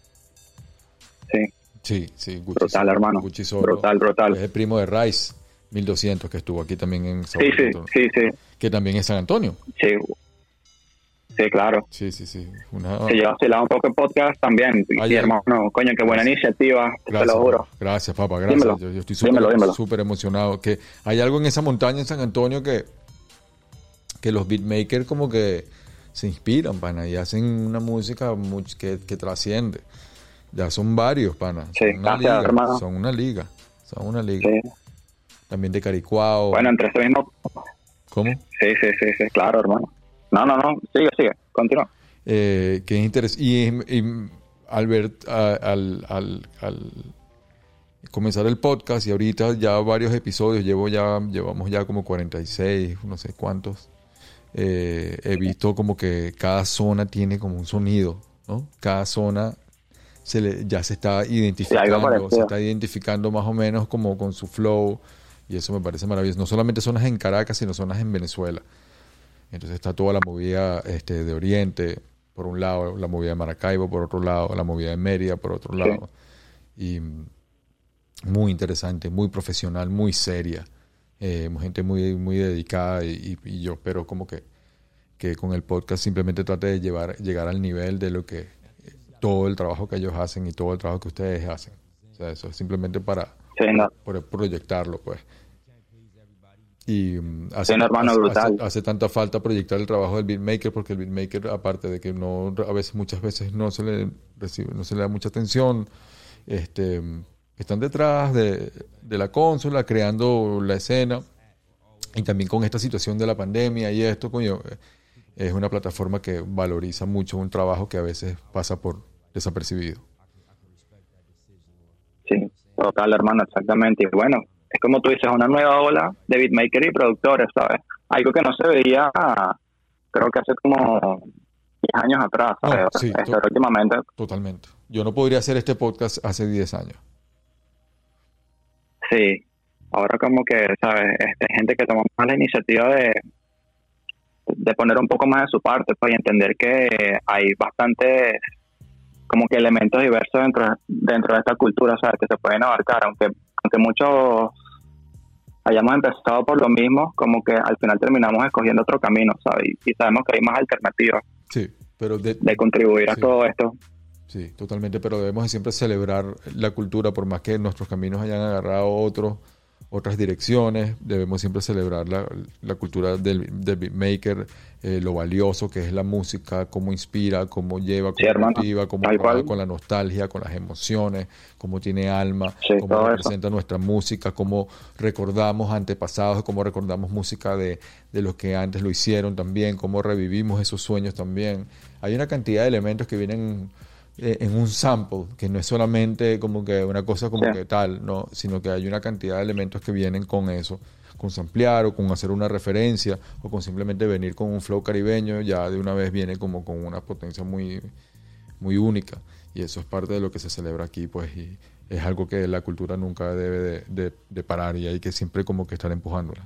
Sí, Sí, sí, Gucci brutal, solo, hermano. Gucci solo. Brutal, brutal. Es el primo de Rice, mil doscientos, que estuvo aquí también en Sao Sí, sí, Paulo, sí, sí, que también es San Antonio. sí. Sí, claro. Sí, sí, sí. Una, Sí, yo oscilaba un poco el podcast también. Ah, Y ya. hermano, coño, qué buena iniciativa, te Gracias, lo juro. papá. Gracias, papá. Gracias. Dímelo. Yo, yo estoy Dímelo, súper dímelo. súper emocionado. Que hay algo en esa montaña en San Antonio que, que los beatmakers como que se inspiran, pana, y hacen una música much- que, que trasciende. Ya son varios, pana. Sí, son una gracias, liga. hermano. Son una liga. Son una liga. Sí. También de Caricuao. Bueno, entre ese mismo... ¿Cómo? Sí, sí, sí, sí, claro, hermano. No, no, no, sigue, sigue, continúa. Eh, que es interesante. Y, y al ver, a- al, al, al comenzar el podcast y ahorita ya varios episodios, llevo ya, llevamos ya como cuarenta y seis, no sé cuántos, eh, he visto como que cada zona tiene como un sonido, ¿no? Cada zona se le, ya se está identificando, parecido. se está identificando más o menos como con su flow, y eso me parece maravilloso. No solamente zonas en Caracas, sino zonas en Venezuela. Entonces está toda la movida este, de Oriente, por un lado, la movida de Maracaibo, por otro lado, la movida de Mérida, por otro lado. Y mm, muy interesante, muy profesional, muy seria. Eh, gente muy, muy dedicada y, y- y yo espero como que, que con el podcast simplemente trate de llevar, llegar al nivel de lo que eh, todo el trabajo que ellos hacen y todo el trabajo que ustedes hacen. O sea, eso es simplemente para, Sí, no. para proyectarlo, pues. Y mm, hace, Sí, no, hermano, hace- brutal. hace- hace tanta falta proyectar el trabajo del beatmaker, porque el beatmaker, aparte de que no, a veces, muchas veces no se le recibe, no se le da mucha atención, este, están detrás de, de la consola, creando la escena, y también con esta situación de la pandemia y esto, coño, eh, es una plataforma que valoriza mucho un trabajo que a veces pasa por desapercibido. Sí, total, hermano, exactamente. Y bueno, es como tú dices, una nueva ola de beatmakers y productores, ¿sabes? Algo que no se veía, creo que hace como diez años atrás, No, ¿sabes? sí, Este, to- últimamente, Totalmente. Yo no podría hacer este podcast hace diez años. sí. Ahora como que, ¿sabes? Este, gente que toma más la iniciativa de, de poner un poco más de su parte, pues, y entender que hay bastantes como que elementos diversos dentro, dentro de esta cultura, ¿sabes? Que se pueden abarcar, aunque, aunque muchos hayamos empezado por lo mismo, como que al final terminamos escogiendo otro camino, ¿sabes? Y, y sabemos que hay más alternativas Sí, pero de, de contribuir a Sí. todo esto. Sí, totalmente, pero debemos de siempre celebrar la cultura, por más que nuestros caminos hayan agarrado otros, otras direcciones, debemos siempre celebrar la, la cultura del, del beatmaker, eh, lo valioso que es la música, cómo inspira, cómo lleva, Sí, cómo hermano, motiva, cómo tal trabaja cual. con la nostalgia, con las emociones, cómo tiene alma, Sí, cómo todo eso. representa nuestra música, cómo recordamos antepasados, cómo recordamos música de, de los que antes lo hicieron también, cómo revivimos esos sueños también. Hay una cantidad de elementos que vienen eh, en un sample, que no es solamente como que una cosa como Sí. que tal, no, sino que hay una cantidad de elementos que vienen con eso, con samplear o con hacer una referencia o con simplemente venir con un flow caribeño, ya de una vez viene como con una potencia muy, muy única. Y eso es parte de lo que se celebra aquí, pues, y es algo que la cultura nunca debe de, de, de parar y hay que siempre como que estar empujándola.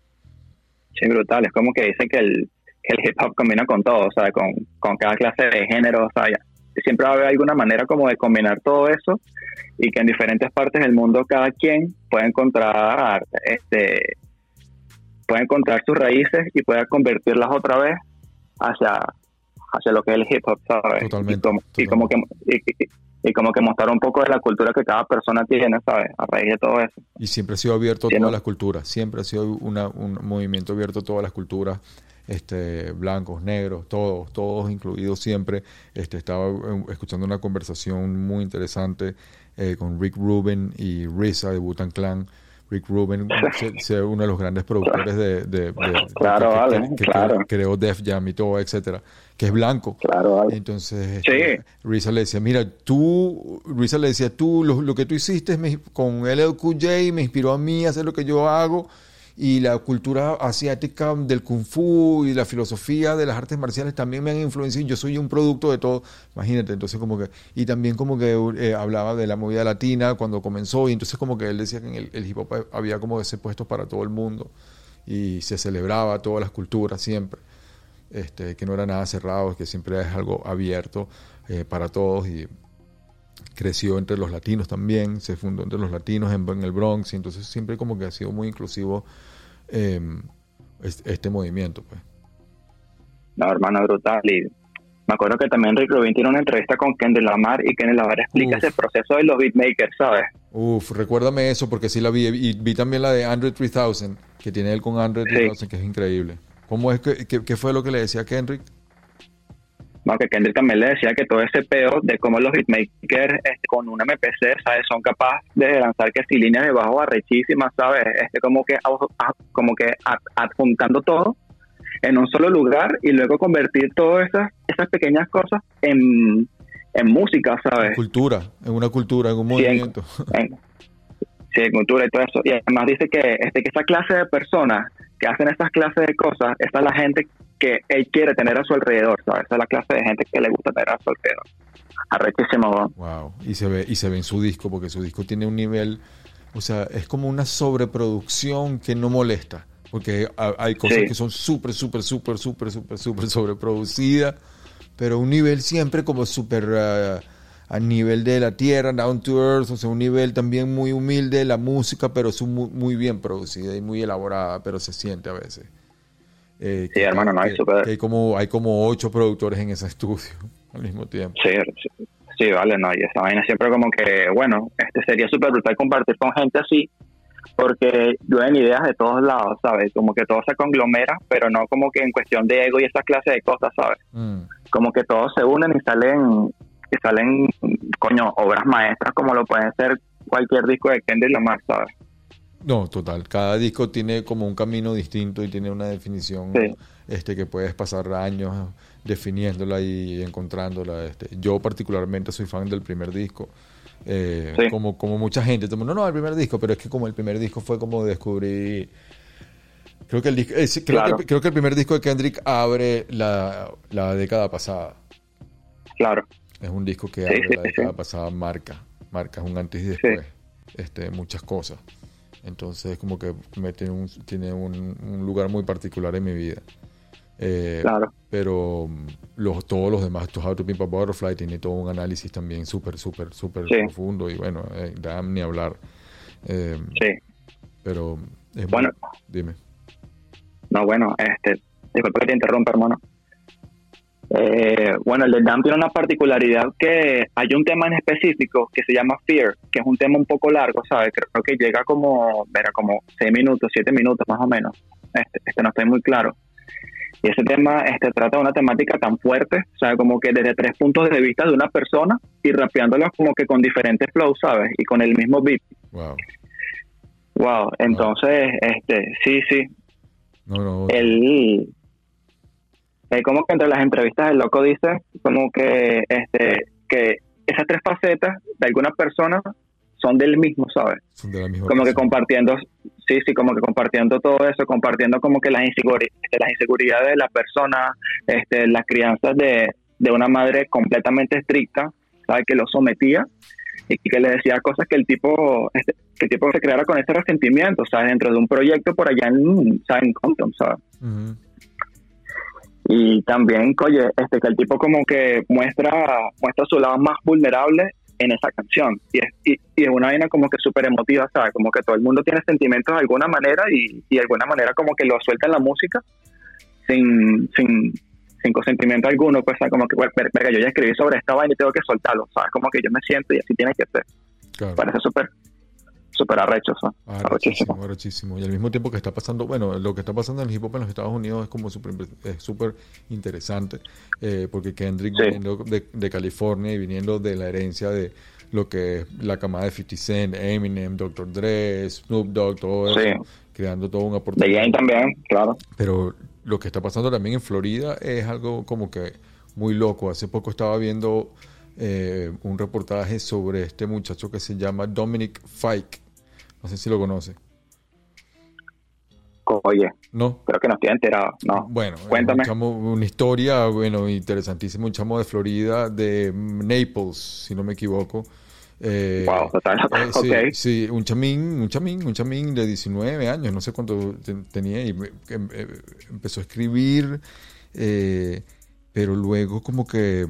Sí, brutal. Es como que dicen que el, que el hip hop combina con todo, o sea, con, con cada clase de género, o sea, ya. Siempre va a haber alguna manera como de combinar todo eso y que en diferentes partes del mundo cada quien pueda encontrar, este, puede encontrar sus raíces y pueda convertirlas otra vez hacia, hacia lo que es el hip hop, ¿sabes? Totalmente. Y como, totalmente. y como que y, y, y como que mostrar un poco de la cultura que cada persona tiene, ¿sabes? A raíz de todo eso. Y siempre ha sido abierto a Sí, todas ¿no? las culturas, siempre ha sido una, un movimiento abierto a todas las culturas, este, blancos, negros, todos, todos incluidos siempre. Este, estaba eh, escuchando una conversación muy interesante eh, con Rick Rubin y Risa de Wu-Tang Clan. Rick Rubin es uno de los grandes productores de, de, de, de Claro, que, vale, que, que, claro. que creó Def Jam y todo, etcétera, que es blanco. Claro, vale. Entonces, Sí. este, Risa le decía, mira, tú, Risa le decía, tú, lo, lo que tú hiciste me, con L L Cool J me inspiró a mí a hacer lo que yo hago, y la cultura asiática del Kung Fu y la filosofía de las artes marciales también me han influenciado. Yo soy un producto de todo, imagínate. Entonces como que, y también como que eh, hablaba de la movida latina cuando comenzó, y entonces como que él decía que en el, el hip hop había como ese puesto para todo el mundo y se celebraba todas las culturas siempre, este, que no era nada cerrado, que siempre es algo abierto eh, para todos, y creció entre los latinos también, se fundó entre los latinos en, en el Bronx, y entonces siempre como que ha sido muy inclusivo eh, este, este movimiento, pues. No, hermano, brutal. Y me acuerdo que también Rick Rubin tiene una entrevista con Kendrick Lamar y Kendrick Lamar explica Uf. ese proceso de los beatmakers, ¿sabes? Uf, recuérdame eso porque sí la vi, y vi también la de Andre tres mil, que tiene él con Andre tres mil, Sí. que es increíble. ¿Cómo es que, que, qué fue lo que le decía a Kendrick? No, que Kendrick también le decía que todo ese peo de cómo los beatmakers este, con un M P C, ¿sabes? Son capaces de lanzar que si líneas de bajo arrechísimas, ¿sabes? Este, como que, como que ad, adjuntando todo en un solo lugar y luego convertir todas esas, esas pequeñas cosas en, en música, ¿sabes? Cultura, en una cultura, en un Sí, movimiento. En, en, sí, en cultura y todo eso. Y además dice que, este, que esa clase de personas que hacen estas clases de cosas, esta es la gente que él quiere tener a su alrededor, ¿sabes? Esa es la clase de gente que le gusta tener a su alrededor. Arrechísimo, ¿no? Wow, y se ve y se ve en su disco, porque su disco tiene un nivel, o sea, es como una sobreproducción que no molesta, porque hay cosas Sí. que son súper, súper, súper, súper, súper, súper sobreproducidas, pero un nivel siempre como súper uh, a nivel de la tierra, down to earth, o sea, un nivel también muy humilde de la música, pero es muy, muy bien producida y muy elaborada, pero se siente a veces. Eh, Sí, hermano, no hay que, super... que hay como hay como ocho productores en ese estudio al mismo tiempo. Sí, sí, sí, vale, no, y esa vaina siempre como que, bueno, este sería súper brutal compartir con gente así, porque llueven ideas de todos lados, ¿sabes? Como que todo se conglomera, pero no como que en cuestión de ego y esa clase de cosas, ¿sabes? Mm. Como que todos se unen y salen, y salen, coño, obras maestras como lo pueden ser cualquier disco de Kendrick Lamar, ¿sabes? No, total. Cada disco tiene como un camino distinto y tiene una definición Sí. este, que puedes pasar años definiéndola y encontrándola. Este. Yo particularmente soy fan del primer disco. Eh, Sí. como, como mucha gente. Todo el mundo, no, no, el primer disco, pero es que como el primer disco fue como descubrí... Creo que el, disco, eh, sí, creo, Claro. que, creo que el primer disco de Kendrick abre la, la década pasada. Claro. Es un disco que Sí, abre sí, la sí, década sí. pasada, marca. Marca un antes y después. Este, muchas cosas. Entonces como que me tiene un, tiene un, un lugar muy particular en mi vida. Eh, Claro. pero los, todos los demás, To How to Pimp a Butterfly, tiene todo un análisis también súper, súper, súper Sí. profundo, y bueno, eh, damn, ni hablar. Eh, Sí. pero es Bueno. muy, dime. No, bueno, este, disculpa que te interrumpa, hermano. Eh, bueno, el de Damn tiene una particularidad que hay un tema en específico que se llama Fear, que es un tema un poco largo, ¿sabes? Creo que llega como, verá, como seis minutos, siete minutos más o menos. Este, este no estoy muy claro. Y ese tema este, trata de una temática tan fuerte, ¿sabes? Como que desde tres puntos de vista de una persona y rapeándolos como que con diferentes flows, ¿sabes? Y con el mismo beat. Wow. Wow, entonces, este, sí, sí. No, no. Él, él como que entre las entrevistas el loco dice como que este que esas tres facetas de algunas personas son del mismo, ¿sabes? Son de la misma como persona. que compartiendo, sí, sí, como que compartiendo todo eso, compartiendo como que las, inseguri- las inseguridades de las personas, este, las crianzas de, de una madre completamente estricta, ¿sabes? Que lo sometía y que le decía cosas que el tipo, este, que el tipo se creara con ese resentimiento, ¿sabes? Dentro de un proyecto por allá en, ¿sabes? En Compton, ¿sabes? Uh-huh. Y también, oye, este, que el tipo como que muestra, muestra su lado más vulnerable en esa canción, y es, y, y es una vaina como que súper emotiva, ¿sabes? Como que todo el mundo tiene sentimientos de alguna manera y, y de alguna manera como que lo suelta en la música sin, sin, sin consentimiento alguno, pues, ¿sabes? Como que, bueno, verga, yo ya escribí sobre esta vaina y tengo que soltarlo, ¿sabes? Como que yo me siento y así tiene que ser. Claro. Parece súper súper arrecho, ¿sabes? Arrechísimo, arrechísimo. Y al mismo tiempo que está pasando, bueno, lo que está pasando en el hip hop en los Estados Unidos es como súper es súper interesante, eh, porque Kendrick, sí, viniendo de, de California y viniendo de la herencia de lo que es la camada de fifty Cent, Eminem, doctor Dre, Snoop Dogg, todo eso, sí, creando todo un aporte. De Game también, claro. Pero lo que está pasando también en Florida es algo como que muy loco. Hace poco estaba viendo eh, un reportaje sobre este muchacho que se llama Dominic Fike. No sé si lo conoce. Oye, no, creo que no estoy enterado. No. Bueno, cuéntame. Un chamo, una historia, bueno, interesantísima. Un chamo de Florida, de Naples, si no me equivoco. Eh, wow, total. Eh, sí, okay. sí, un chamín, un chamín, un chamín de diecinueve años, no sé cuánto te, tenía, y me, eh, empezó a escribir, eh, pero luego como que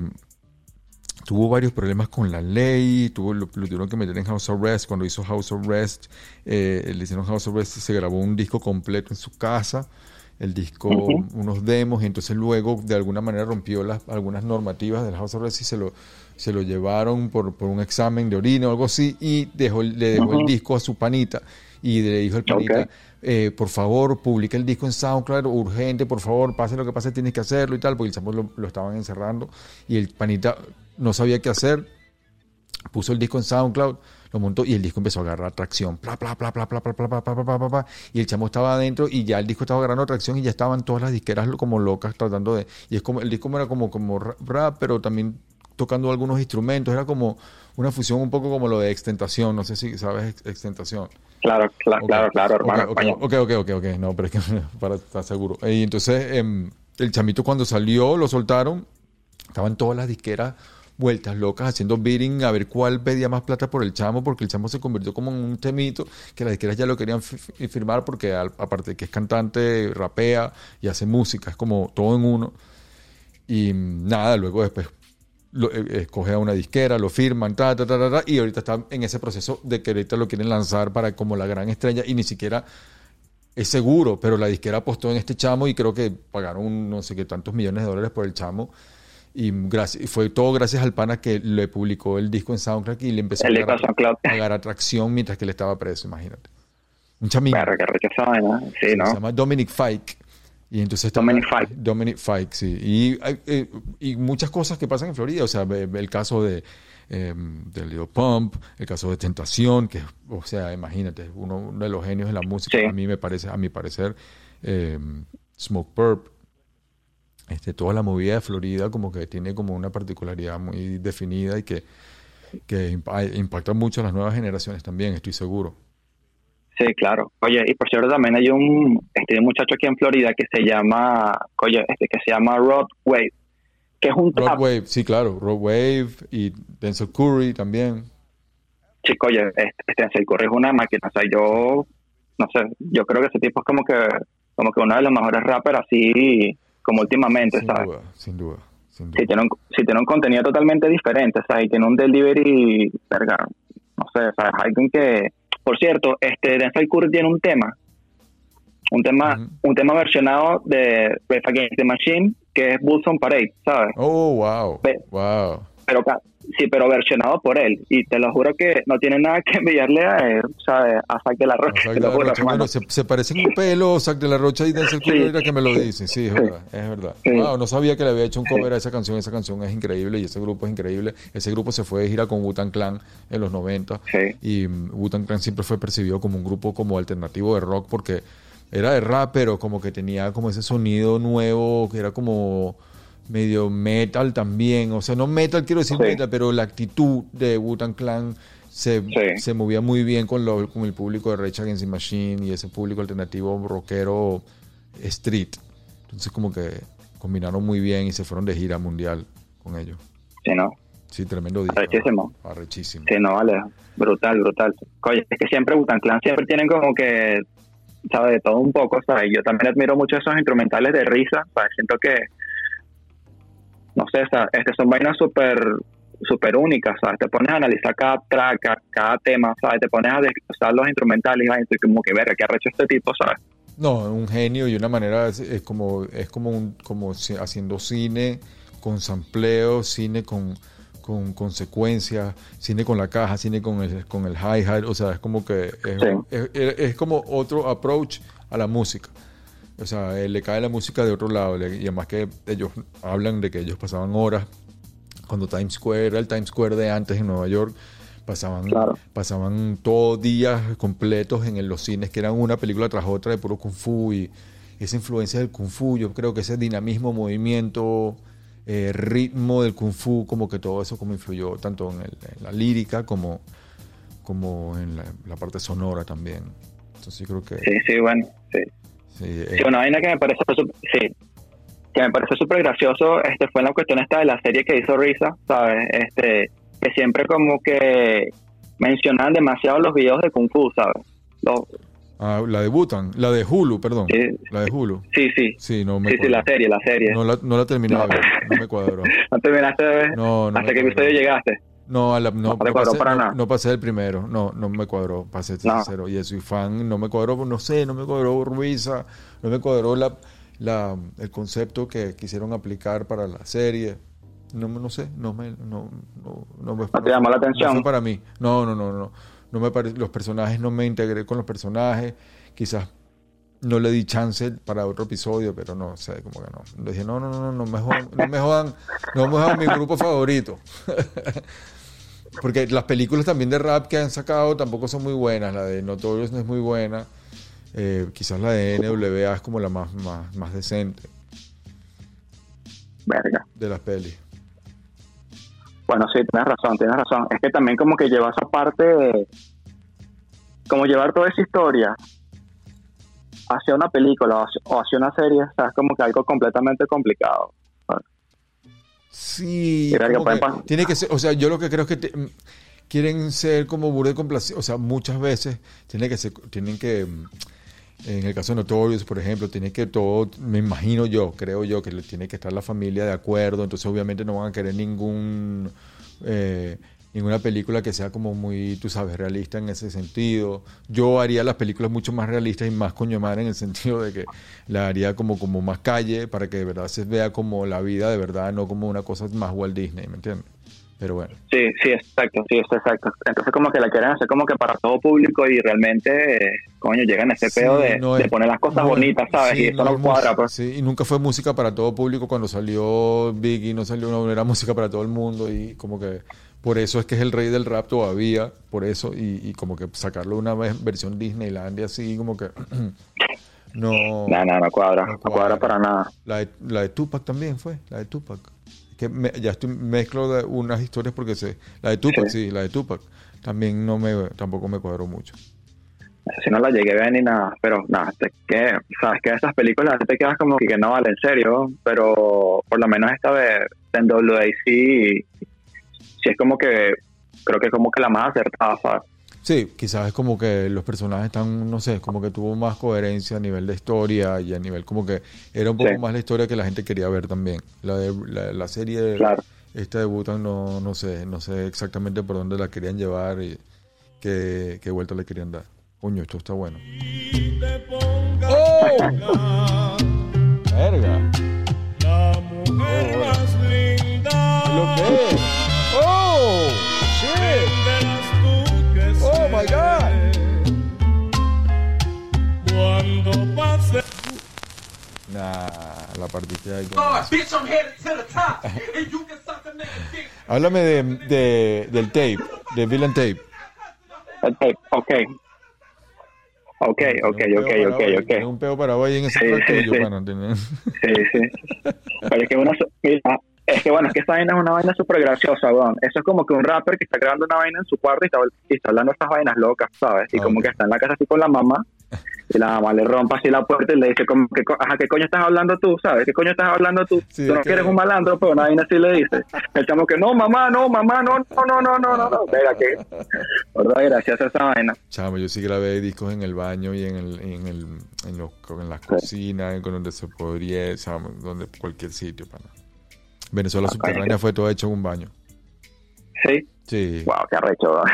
tuvo varios problemas con la ley, tuvo, lo, lo tuvieron que meter en House Arrest. Cuando hizo House Arrest, eh, le hicieron House Arrest, se grabó un disco completo en su casa, el disco, uh-huh, unos demos, y entonces luego de alguna manera rompió las, algunas normativas del House Arrest y se lo, se lo llevaron por, por un examen de orina o algo así, y dejó, le dejó uh-huh el disco a su panita, y le dijo al panita, okay, eh, por favor, publica el disco en SoundCloud, urgente, por favor, pase lo que pase, tienes que hacerlo y tal, porque el chamo lo, lo estaban encerrando, y el panita no sabía qué hacer, puso el disco en SoundCloud, lo montó y el disco empezó a agarrar tracción, bla, bla, bla, bla, bla, bla, bla, bla, bla, bla, bla, bla, y el chamo estaba adentro y ya el disco estaba agarrando tracción y ya estaban todas las disqueras como locas tratando de, y es como, el disco era como, como rap, pero también tocando algunos instrumentos, era como una fusión un poco como lo de Extentación, no sé si sabes Extentación. Claro, claro, okay, claro, claro, hermano. Ok, ok, ok, ok, ok, no, pero es que para estar seguro. Y entonces eh, el chamito cuando salió, lo soltaron, estaban todas las disqueras vueltas locas haciendo bidding a ver cuál pedía más plata por el chamo, porque el chamo se convirtió como en un temito que las disqueras ya lo querían f- firmar porque al, aparte de que es cantante, rapea y hace música, es como todo en uno. Y nada, luego después lo, eh, escoge a una disquera, lo firman, ta, ta, ta, ta, ta, y ahorita está en ese proceso de que ahorita lo quieren lanzar para como la gran estrella y ni siquiera es seguro, pero la disquera apostó en este chamo y creo que pagaron no sé qué tantos millones de dólares por el chamo. Y gracias, fue todo gracias al pana que le publicó el disco en SoundCloud y le empezó a agarrar, a agarrar tracción mientras que él estaba preso, imagínate. Un chamín. Claro, que rechazaba, ¿no? Sí, sí, ¿no? Se llama Dominic Fike. Y entonces Dominic Fike. Dominic Fike, sí. Y, eh, y muchas cosas que pasan en Florida, o sea, el caso de, eh, de Lil Pump, el caso de Tentación, que, o sea, imagínate, uno, uno de los genios de la música, sí, a mí me parece, a mi parecer, eh, Smoke Purp. Este, toda la movida de Florida como que tiene como una particularidad muy definida y que, que impacta mucho a las nuevas generaciones también, estoy seguro. Sí, claro. Oye, y por cierto también hay un, este, un muchacho aquí en Florida que se llama, oye, este, que se llama Rod Wave, que es un Rod trap. Wave, sí, claro, Rod Wave y Denzel Curry también. Chico, oye, este Denzel Curry es una máquina, o sea, yo, no sé, yo creo que ese tipo es como que, como que uno de los mejores rappers así como últimamente, sin ¿sabes? Duda, sin duda, sin duda. Si tiene un, si tiene un contenido totalmente diferente, ¿sabes? Y tiene un delivery, verga, no sé, ¿sabes? Alguien que, por cierto, este Denzel Curry tiene un tema, un tema, uh-huh. un tema versionado de Rage Against the Machine, que es Bulls on Parade, ¿sabes? Oh, wow, Pe- wow. Pero sí, pero versionado por él, y te lo juro que no tiene nada que enviarle a él, ¿sabes? A Zac de la Rocha. Zac de la Rocha. Bueno, se, se parecen un pelo Zac de la Rocha y Denzel Curry, sí, que me lo dice, sí, es verdad, es verdad. Sí. Wow, no sabía que le había hecho un cover a esa canción, esa canción es increíble y ese grupo es increíble. Ese grupo se fue de gira con Wu-Tang Clan en los noventa, sí, y um, Wu-Tang Clan siempre fue percibido como un grupo como alternativo de rock porque era de rap, pero como que tenía como ese sonido nuevo, que era como medio metal también. O sea, no metal quiero decir Sí. metal, pero la actitud de Wu-Tang Clan se, Sí. se movía muy bien con, lo, con el público de Rage Against the Machine y ese público alternativo rockero street. Entonces como que combinaron muy bien y se fueron de gira mundial con ellos. Sí, ¿no? Sí, tremendo disco. Arrechísimo. Arrechísimo. Sí, no, vale. Brutal, brutal. Oye, es que siempre Wu-Tang Clan siempre tienen como que, ¿sabes? De todo un poco, ¿sabes? Yo también admiro mucho esos instrumentales de risa, ¿sabes? Siento que, no sé, ¿sabes? Este, son vainas súper súper únicas, ¿sabes? Te pones a analizar cada track, cada, cada tema, ¿sabes? Te pones a desglosar los instrumentales y vainas, y como que, verga, ¿qué ha hecho este tipo, ¿sabes? No, un genio y una manera es, es como es como un, como si- haciendo cine con sampleo, cine con, con consecuencias, cine con la caja, cine con el con el hi-hat, o sea, es como que es, Sí. es, es- es como otro approach a la música. O sea, eh, le cae la música de otro lado le- y además que ellos hablan de que ellos pasaban horas cuando Times Square era el Times Square de antes en Nueva York. Pasaban, Claro. pasaban todos días completos en el- los cines, que eran una película tras otra de puro Kung Fu y esa influencia del Kung Fu, yo creo que ese dinamismo, movimiento, eh, ritmo del Kung Fu, como que todo eso como influyó tanto en, el- en la lírica como, como en la, la parte sonora también. Entonces yo creo que... Sí, sí, bueno, sí. sí, eh, Sí, una vaina que me parece súper- sí, que me parece súper gracioso este fue en la cuestión esta de la serie que hizo Risa, ¿sabes? Este, que siempre como que mencionaban demasiado los videos de Kung Fu, ¿sabes? Los, ah, la de Wu-Tang, la de Hulu, perdón. Sí. La de Hulu. sí, sí, Sí, no me sí, sí, la cuadró. serie, la serie. No la, no la terminé de No. ver, no me cuadró. ¿No terminaste de ver? No, no ¿Hasta me qué cuadró. episodio llegaste? No, a la- no, No te no cuadró pasé, para no- nada. no pasé el primero, no, no me cuadró, pasé el No. tercero. Y eso, y fan, no me cuadró, no sé, no me cuadró Ruiza, no me cuadró la, la, el concepto que quisieron aplicar para la serie. No, me- no sé, no me, no, no, no me, ¿No te llamó la no atención? fue para mí. No, no, no, no. No me pare- los personajes, no me integré con los personajes. Quizás no le di chance para otro episodio, pero no sé, como que no. Le dije, no, no, no, no, no me jodan, no me jodan, no me jodan mi grupo favorito. Porque las películas también de rap que han sacado tampoco son muy buenas. La de Notorious no es muy buena. Eh, quizás la de N W A es como la más, más, más decente Verga. de las pelis. Bueno, sí, tienes razón, tienes razón. Es que también como que lleva esa parte de... Como llevar toda esa historia hacia una película o hacia, o hacia una serie, o sea, es como que algo completamente complicado. Sí, Y verga, como pueden que pas- tiene que ser, o sea, yo lo que creo es que te- mm, quieren ser como burde complacidos, o sea, muchas veces tiene que ser, tienen que, mm, en el caso de Notorious, por ejemplo, tiene que todo, me imagino yo, creo yo, que le tiene que estar la familia de acuerdo, entonces obviamente no van a querer ningún, eh, ninguna película que sea como muy, tú sabes, realista en ese sentido. Yo haría las películas mucho más realistas y más coño madre en el sentido de que la haría como, como más calle para que de verdad se vea como la vida de verdad, no como una cosa más Walt Disney, ¿me entiendes? Pero bueno. Sí, sí, exacto, sí, es exacto. Entonces como que la quieren hacer como que para todo público y realmente, eh, coño, llegan a ese Sí, peo de, no de es- poner las cosas no es- bonitas, ¿sabes? sí, y eso no, es cuadra, mus- pues. Sí, y nunca fue música para todo público cuando salió Biggie, no salió, no era música para todo el mundo y como que por eso es que es el rey del rap todavía, por eso y, y como que sacarlo una vez versión Disneylandia así como que no, No, no, no cuadra, no no cuadra para nada. La de, la de Tupac también fue, la de Tupac. Que me- ya estoy mezclo de unas historias porque sé, la de Tupac sí, Sí. la de Tupac también no me tampoco me cuadró mucho. Si no la llegué a ver ni nada, pero nada, te, que, sabes que esas películas te quedas como que, que no vale en serio, pero por lo menos esta de en W A C sí es como que creo que es como que la más acertada, ¿sabes? Sí, quizás es como que los personajes están, no sé, como que tuvo más coherencia a nivel de historia y a nivel como que era un poco Sí. más la historia que la gente quería ver también. La de la, la serie de- Claro. esta de Wu-Tang no, no sé, no sé exactamente por dónde la querían llevar y qué, qué vuelta le querían dar. Coño, esto está bueno. ¡Oh! ¡Verga! La mujer más linda ¿Lo que es? ¡Oh! ¡Shit! tendrás tú que ser. ¡Oh, my God! Cuando pase Nah, la partiste ahí. Oh, bitch, I'm headed to the top. And you can suck a nigga dick. Háblame de, de, del tape, de Villain Tape. Ok, ok. Ok, ok, Tiene un ok, peo ok, parado ahí, ok. tiene un peo parado ahí en ese Sí, track sí, tuyo, sí. pana, tiene- Sí, sí. Pero es que uno, mira, es que bueno, es que esta vaina es una vaina súper graciosa, weón. Eso es como que un rapper que está grabando una vaina en su cuarto y está, y está hablando estas vainas locas, ¿sabes? Y Ah, como ok. que está en la casa así con la mamá y la mamá le rompe así la puerta y le dice como que, co- ajá, ¿qué coño estás hablando tú, sabes? ¿Qué coño estás hablando tú? Sí, tú no es que- quieres un malandro, pero una vaina así le dice. El chamo que, no, mamá, no, mamá, no, no, no, no, no, no, no. Venga, que, verdad, graciosa esa vaina. Chamo, yo sí grabé discos en el baño y en el, en el, en los, en las cocinas, en donde se podría, chamo, donde cualquier sitio, pana. Venezuela Ah, subterránea coño. fue todo hecho en un baño. Sí. Sí. Wow, qué arrecho, weón.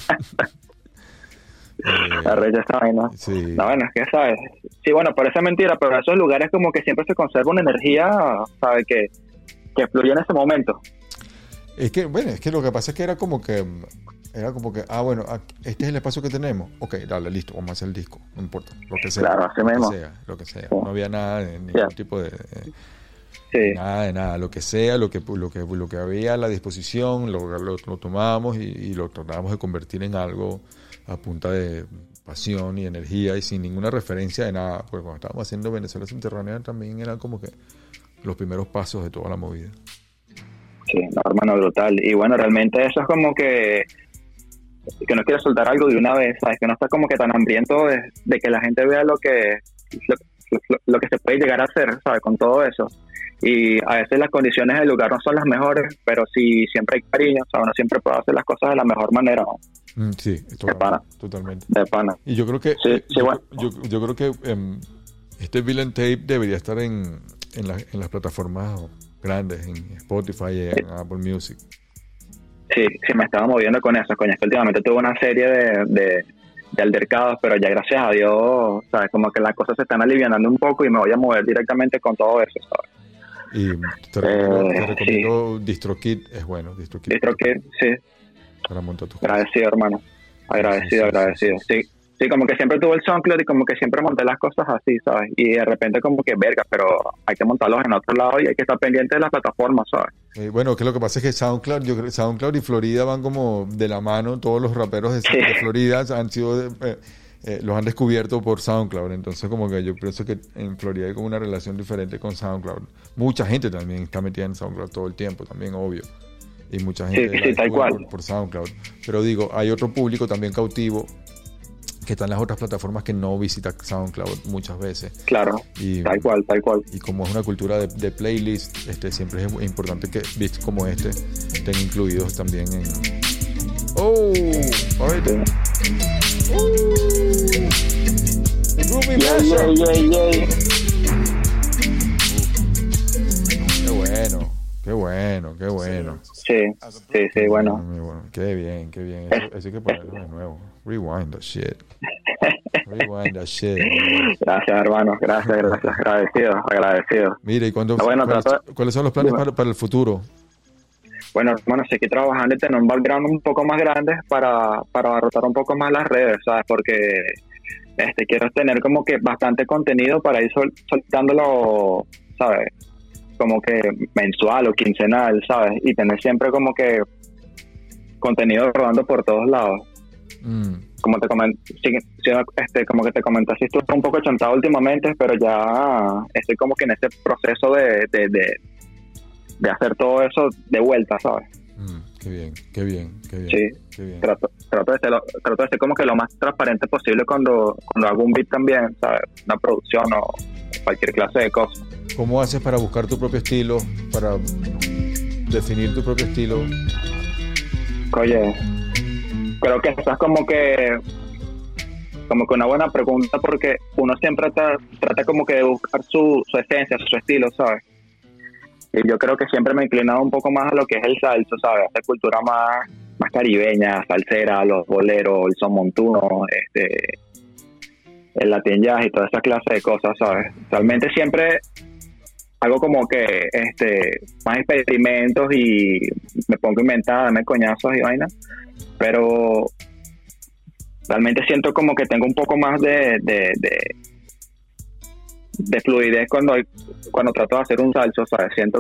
Eh, Arrecho esta vaina. sí. No, bueno, es que, ¿sabes? Sí, bueno, parece mentira, pero en esos lugares como que siempre se conserva una energía, ¿sabes? Que, que fluye en ese momento. Es que, bueno, es que lo que pasa es que era como que, era como que, ah, bueno, aquí- este es el espacio que tenemos. Ok, dale, listo, vamos a hacer el disco, no importa, lo que sea. Claro, así lo mismo. que sea, lo que sea. Sí. No había nada, de, ningún Yeah. tipo de, de- Sí, nada de nada, lo que sea, lo que, lo que, lo que había a la disposición, lo, lo, lo tomábamos y, y lo tratábamos de convertir en algo a punta de pasión y energía y sin ninguna referencia de nada. Porque cuando estábamos haciendo Venezuela Subterránea también eran como que los primeros pasos de toda la movida. sí, no, hermano, brutal. Y bueno, realmente eso es como que que no quiere soltar algo de una vez, ¿sabes? Que no está como que tan hambriento de, de que la gente vea lo que lo, lo- lo que se puede llegar a hacer, ¿sabes? Con todo eso. Y a veces las condiciones del lugar no son las mejores, pero sí siempre hay cariño, o sea, uno siempre puede hacer las cosas de la mejor manera, ¿no? Mm, sí, pana. totalmente. totalmente. De pana. Y yo creo que Sí, eh, sí, yo, bueno. yo, yo creo que em, este Villain Tape debería estar en, en, la- en las plataformas grandes, en Spotify, en Apple Music. Sí, sí, me estaba moviendo con eso, coño, es que últimamente tuve una serie de, de, de altercados, pero ya gracias a Dios, ¿sabes? Como que las cosas se están alivianando un poco y me voy a mover directamente con todo eso, ¿sabes? Y te recomiendo, Eh, te recomiendo DistroKid, es bueno, DistroKid. Y creo que sí, Para montar tus cosas. agradecido, hermano. Agradecido, Sí, sí, sí, agradecido. Sí, sí, como que siempre tuve el SoundCloud y como que siempre monté las cosas así, ¿sabes? Y de repente como que, verga, pero hay que montarlos en otro lado y hay que estar pendiente de las plataformas, ¿sabes? Eh, bueno, que lo que pasa es que SoundCloud, yo creo que SoundCloud y Florida van como de la mano. Todos los raperos de, Sí. de Florida han sido, eh, eh, los han descubierto por SoundCloud. Entonces, como que yo pienso que en Florida hay como una relación diferente con SoundCloud. Mucha gente también está metida en SoundCloud todo el tiempo, también obvio. Y mucha gente Sí, la sí, tal descubre cual. Por, por SoundCloud. Pero digo, hay otro público también cautivo que está en las otras plataformas que no visita SoundCloud muchas veces. Claro, Y, tal cual, tal cual. y como es una cultura de, de playlist, este, siempre es importante que beats como este estén incluidos también en... ¡Oh! Ahorita. Groovy Yeah, Mashup. yeah, yeah, yeah. Qué bueno, qué bueno, qué bueno. Sí, sí, sí, bueno. Muy bueno. Qué bien, qué bien. Eso, eso hay que ponerlo de nuevo. Rewind that shit. Rewind that shit. Gracias, hermano. Gracias, gracias. Agradecido, agradecido. Mira, ¿y cuándo, Ah, bueno, cuáles, trato- cuáles son los planes Dime. para, para el futuro? Bueno, hermano, seguí trabajando y tener un background un poco más grande para, para rotar un poco más las redes, ¿sabes? Porque este quiero tener como que bastante contenido para ir sol- soltándolo, ¿sabes? Como que mensual o quincenal, ¿sabes? Y tener siempre como que contenido rodando por todos lados. Mm. Como te comenté, este, como que te comenté, sí estuve un poco chantado últimamente, pero ya estoy como que en ese proceso de, de, de, de hacer todo eso de vuelta, ¿sabes? Mm, qué bien, qué bien, qué bien. Sí. Qué bien. Trato, trato, de ser, lo- trato de ser como que lo más transparente posible cuando, cuando hago un beat también, ¿sabes? Una producción o cualquier clase de cosa. ¿Cómo haces para buscar tu propio estilo, para definir tu propio estilo? Oye, creo que esa es como que como que una buena pregunta porque uno siempre trata, trata como que de buscar su, su esencia, su estilo, ¿sabes? Y yo creo que siempre me he inclinado un poco más a lo que es el salso, ¿sabes? Esta cultura más, más caribeña, salsera, los boleros, el son montuno, este, el latin jazz y toda esa clase de cosas, ¿sabes? Realmente siempre hago como que este más experimentos y me pongo a inventar, darme coñazos y vainas, pero realmente siento como que tengo un poco más de de, de, de fluidez cuando cuando trato de hacer un salso, ¿sabes? Siento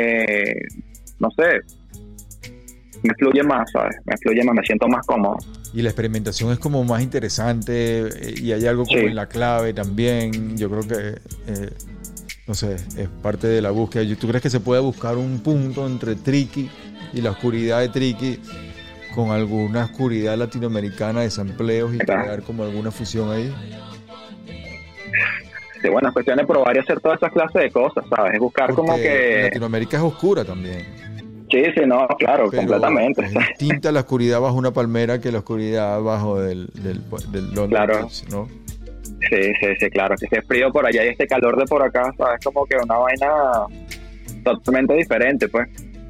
que, no sé, me fluye más, ¿sabes? Me fluye más, me siento más cómodo. y la experimentación es como más interesante eh, y hay algo como Sí. en la clave también. Yo creo que, eh, no sé, es parte de la búsqueda. ¿Tú crees que se puede buscar un punto entre Tricky y la oscuridad de Tricky con alguna oscuridad latinoamericana de sampleos y Claro. crear como alguna fusión ahí? Sí, bueno, es cuestión de probar y hacer todas esas clases de cosas, ¿sabes? Es buscar Porque como que... Latinoamérica es oscura también. Sí, sí, no, claro, Pero completamente. es distinta la oscuridad bajo una palmera que la oscuridad bajo del, del, del London Claro. Bridge, ¿no? Sí, sí, sí, claro. Si es frío por allá y este calor de por acá, ¿sabes? Como que una vaina totalmente diferente, pues.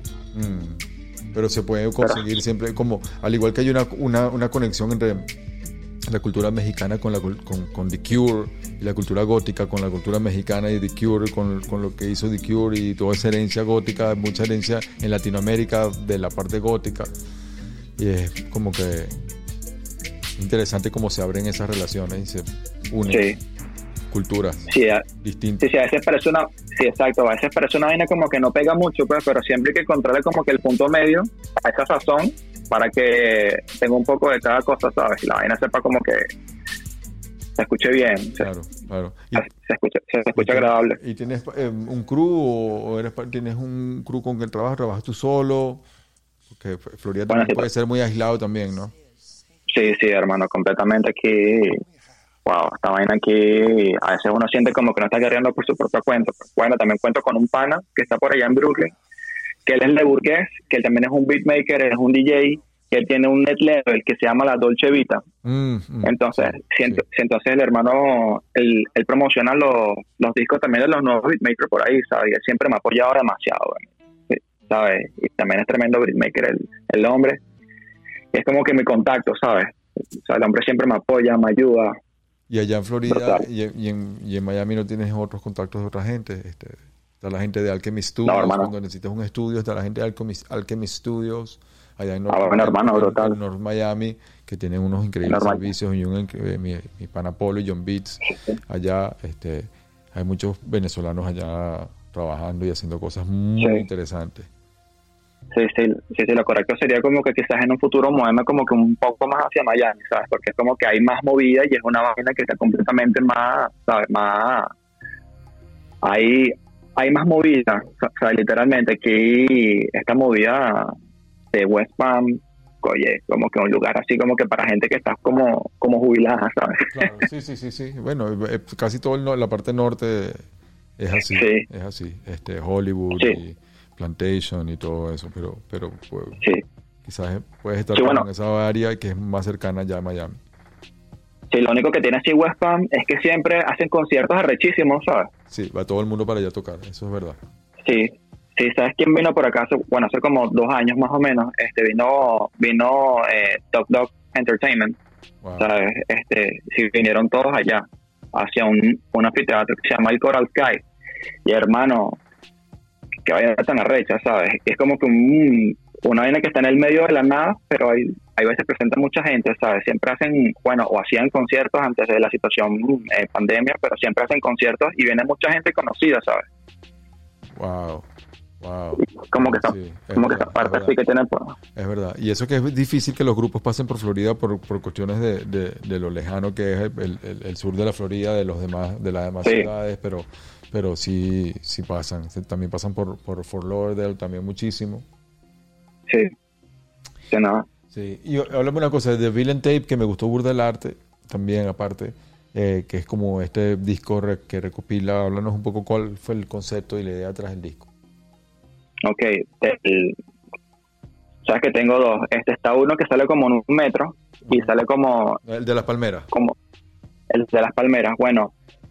Mm. Pero se puede conseguir siempre, como al igual que hay una, una, una conexión entre la cultura mexicana con, la, cul- con, con The Cure y la cultura gótica con la cultura mexicana y The Cure con, con lo que hizo The Cure y toda esa herencia gótica, mucha herencia en Latinoamérica de la parte gótica, y es como que interesante cómo se abren esas relaciones y se unen Sí. culturas Sí, a, distintas. sí, sí, a veces parece una... Sí, exacto. A veces parece una vaina como que no pega mucho, pues, pero siempre hay que encontrarle como que el punto medio a esa sazón para que tenga un poco de cada cosa, ¿sabes? Y la vaina sepa como que se escuche bien, se, Claro, claro. Y, se escucha, se escucha y tienes- agradable. ¿Y tienes eh, un crew o, o eres, pa- tienes un crew con el trabajas? ¿Trabajas tú solo? Porque F- Florida Bueno, también sí, puede pues. ser muy aislado también, ¿no? Sí, sí, hermano, completamente aquí. Wow, esta vaina aquí, a veces uno siente como que no está guerreando por su propia cuenta. Bueno, también cuento con un pana que está por allá en Brooklyn, que él es de Burgués, que él también es un beatmaker, él es un D J, que él tiene un net level que se llama La Dolce Vita. Mm, mm, Entonces, sí, siento, sí. entonces el hermano, él, él promociona los, los discos también de los nuevos beatmakers por ahí, ¿sabes? Y él siempre me ha apoyado demasiado, ¿eh? ¿Sabes? Y también es tremendo beatmaker el, el hombre. Y es como que mi contacto, ¿sabes? O sea, el hombre siempre me apoya, me ayuda. Y allá en Florida Brutal. y, y, en, y en Miami no tienes otros contactos de otra gente. Este, está la gente de Alchemy Studios. No, hermano. Cuando necesitas un estudio, está la gente de Alchemy, Alchemy Studios. Allá en Ah, bueno, hermano, en- brutal. en North Miami, que tienen unos increíbles Normal. servicios. Y un, incre- mi, mi pana Polo y John Beats. Allá este, hay muchos venezolanos allá trabajando y haciendo cosas muy Sí. interesantes. Sí, sí, sí, sí, lo correcto sería como que quizás en un futuro moverme como que un poco más hacia Miami, ¿sabes? Porque es como que hay más movida y es una vaina que está completamente más, ¿sabes? Más... Hay, hay más movida, o sea, literalmente aquí esta movida de West Palm, oye, como que un lugar así como que para gente que está como, como jubilada, ¿sabes? Claro, sí, sí, sí, sí. Bueno, eh, casi toda la parte norte es así, Sí. es así. Este, Hollywood Sí. y Plantation y todo eso, pero, pero pues, Sí. quizás puedes estar Sí, como bueno. en esa área que es más cercana ya a Miami. Sí, lo único que tiene así West Palm es que siempre hacen conciertos arrechísimos, ¿sabes? Sí, va todo el mundo para allá a tocar, eso es verdad. Sí, sí, ¿sabes quién vino por acá? Hace- Bueno, hace como dos años más o menos, este vino vino eh, Top Dog Entertainment, Wow. ¿sabes? Este, sí, vinieron todos allá, hacia un, un anfiteatro que se llama el Coral Sky. Y hermano, que vaya tan arrecha, ¿sabes? Es como que un, una vaina que está en el medio de la nada, pero hay, hay veces presenta mucha gente, ¿sabes? Siempre hacen, bueno, o hacían conciertos antes de la situación eh, pandemia, pero siempre hacen conciertos y viene mucha gente conocida, ¿sabes? Wow. Wow. Como que esa, Sí, es como que verdad, esa parte es así que tienen, pues, Es verdad. Y eso que es difícil que los grupos pasen por Florida por, por cuestiones de, de, de lo lejano que es el, el, el sur de la Florida, de los demás, de las demás Sí. ciudades, pero, pero sí, sí pasan. Se- También pasan por, por Fort Lauderdale, también muchísimo. sí, sí, no. Sí. Y háblame una cosa, de Villain Tape, que me gustó burda el arte, también aparte, eh, que es como este disco re- que recopila. Háblanos un poco cuál fue el concepto y la idea tras el disco. Ok, el- sabes que tengo dos. Este está uno que sale como en un metro y sale como, El de las palmeras. como el de las palmeras. Bueno,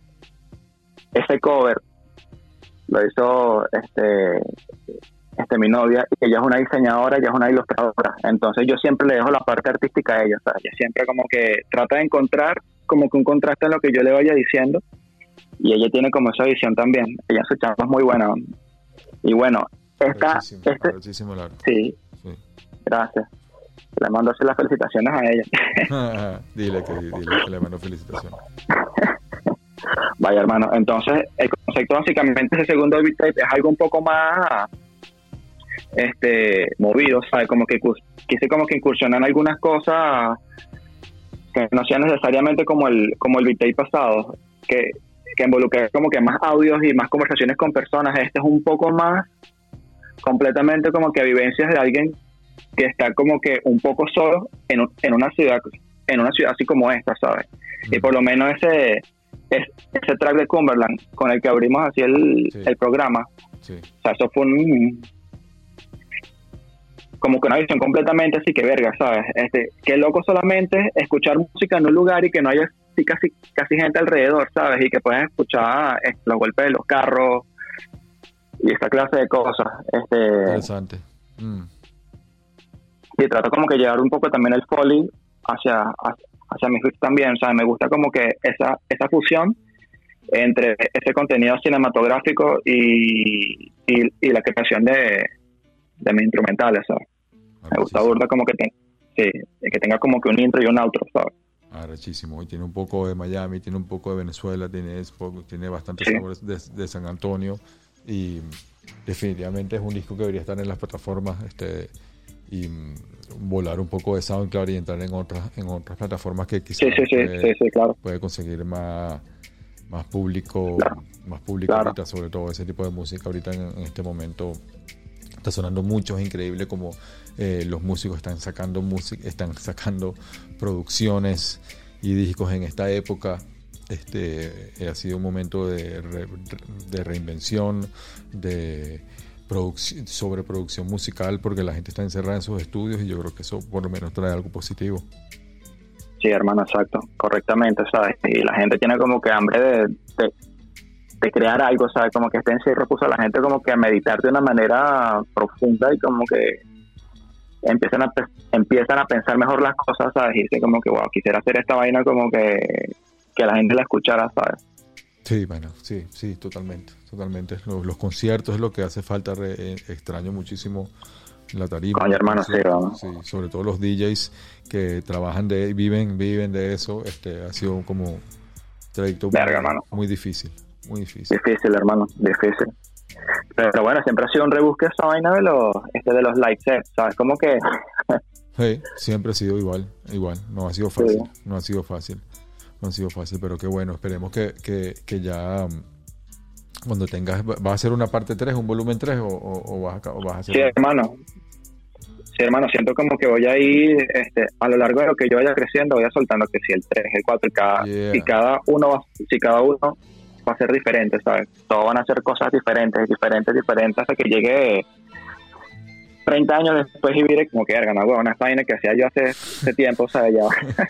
ese cover lo hizo este este mi novia, y ella es una diseñadora, ella es una ilustradora. Entonces yo siempre le dejo la parte artística a ella, ¿sabes? Ella siempre como que trata de encontrar como que un contraste en lo que yo le vaya diciendo, y ella tiene como esa visión también. Ella se chamba es muy buena. Y bueno, esta, Arrechísimo, este, arrechísimo el arte. sí, Sí. gracias. Le mando así las felicitaciones a ella. dile, que, dile que le mando felicitaciones. Vaya, hermano. Entonces, el concepto básicamente de ese segundo beat tape es algo un poco más este movido, ¿sabes? Como que cus- quise como que incursionar en algunas cosas que no sean necesariamente como el como el beat tape pasado, que, que involucre como que más audios y más conversaciones con personas. Este es un poco más completamente como que vivencias de alguien que está como que un poco solo en, un- en una ciudad en una ciudad así como esta, ¿sabes? Y por lo menos ese es- ese track de Cumberland con el que abrimos así el, Sí. el programa, Sí. o sea, eso fue un como que una visión completamente así que verga, ¿sabes? Este, qué loco solamente escuchar música en un lugar y que no haya así casi casi gente alrededor, ¿sabes? Y que puedan escuchar eh, los golpes de los carros y esa clase de cosas. Este, Interesante. Mm. y trato como que llevar un poco también el foley hacia hacia, hacia mis beats también, o sea, me gusta como que esa esa fusión entre ese contenido cinematográfico y, y, y la creación de, de mis instrumentales, ¿sabes? Me gusta burda como que, ten, sí, que tenga como que un intro y un outro, ¿sabes? Arrechísimo. Y tiene un poco de Miami, tiene un poco de Venezuela, tiene, es poco- tiene bastantes Sí. sabores de, de San Antonio. Y definitivamente es un disco que debería estar en las plataformas este, y mm, volar un poco de SoundCloud y entrar en otras en otras plataformas que quizás Sí, sí, sí, puede, sí, sí, claro. puede conseguir más, más público, Claro. más público Claro. ahorita, sobre todo ese tipo de música ahorita en, en este momento está sonando mucho. Es increíble como eh, los músicos están sacando música, están sacando producciones y discos en esta época. Este eh, ha sido un momento de, re- de reinvención, de producción, sobreproducción musical, porque la gente está encerrada en sus estudios y yo creo que eso por lo menos trae algo positivo. Sí, hermano, exacto, correctamente, ¿sabes? Y la gente tiene como que hambre de, de, de crear algo, ¿sabes? Como que este encierro puso a la gente como que a meditar de una manera profunda y como que empiezan a, pe- empiezan a pensar mejor las cosas, ¿sabes? Y dicen como que, wow, quisiera hacer esta vaina como que, que la gente la escuchara, ¿sabes? Sí, bueno, sí, sí, totalmente, totalmente. Los, los conciertos es lo que hace falta. Re, eh, extraño muchísimo la tarima. Coño, hermano, los conciertos, sí, vamos. sí, sobre todo los D Js que trabajan de, viven, viven de eso. Este ha sido como un trayecto Verga, muy, hermano. muy difícil, muy difícil. Difícil, hermano, difícil. Pero bueno, siempre ha sido un rebusque esa vaina de los, este de los live sets, ¿sabes? Como que, Sí, siempre ha sido igual, igual. No ha sido fácil, Sí. no ha sido fácil, no ha sido fácil, pero qué bueno. Esperemos que, que, que ya um, cuando tengas, ¿vas a hacer una parte tres, un volumen tres o, o, o vas, a, o vas a hacer? sí, hermano. Sí, hermano, siento como que voy a ir, este, a lo largo de lo que yo vaya creciendo, voy a soltando que si el tres, el cuatro, y cada, Yeah. y cada uno, va, si cada uno va a ser diferente, ¿sabes? Todos van a ser cosas diferentes, diferentes, diferentes, hasta que llegue treinta años después y mire como que, verga, no, huevón, esta vaina que hacía yo hace, hace tiempo, ¿sabes? Ya.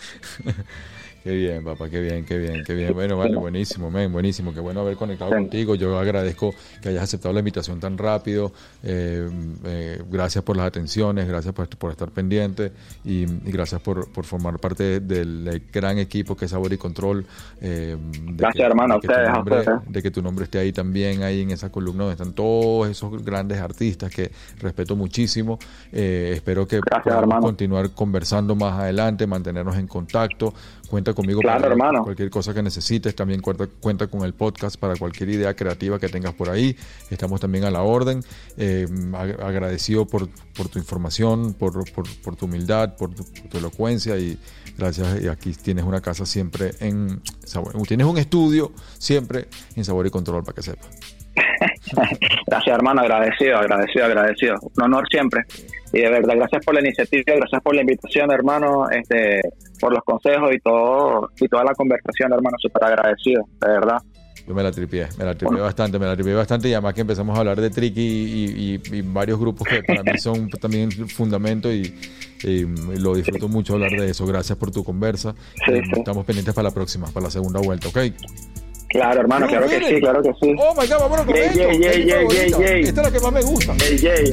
Qué bien, papá, qué bien, qué bien, qué bien. Bueno, vale, buenísimo, men, buenísimo. Qué bueno haber conectado Sí. contigo. Yo agradezco que hayas aceptado la invitación tan rápido. Eh, eh, gracias por las atenciones, gracias por, por estar pendiente y, y gracias por, por formar parte del gran equipo que es Sabor y Control. Eh, de Gracias, que- hermano, de que tu a ustedes, a nombre- ustedes. de que tu nombre esté ahí también, ahí en esa columna donde están todos esos grandes artistas que respeto muchísimo. Eh, espero que Gracias, podamos hermano. continuar conversando más adelante, mantenernos en contacto. Cuenta conmigo Claro, para hermano. cualquier cosa que necesites. También cuenta, cuenta con el podcast para cualquier idea creativa que tengas por ahí. Estamos también a la orden. Eh, ag- agradecido por, por tu información, por, por, por tu humildad, por tu, por tu elocuencia y gracias. Y aquí tienes una casa siempre en Sabor. Tienes un estudio siempre en Sabor y Control, para que sepas. Gracias, hermano, agradecido, agradecido, agradecido. Un honor siempre. Y de verdad, gracias por la iniciativa, gracias por la invitación, hermano, este, por los consejos y todo, y toda la conversación, hermano, súper agradecido, de verdad. Yo me la tripié, me la tripié Bueno. bastante, me la tripié bastante y además que empezamos a hablar de Tricky y, y- y varios grupos que para mí son también fundamento y, y lo disfruto mucho hablar de eso. Gracias por tu conversa. Sí, Eh, sí. Estamos pendientes para la próxima, para la segunda vuelta, ¿ok? Claro, hermano, claro que sí, claro que sí. Oh my God, vámonos con Yay, esto. yay, que es mi yay, yay, favorita. yay, yay. Esta es la que más me gusta. Hey, Jay.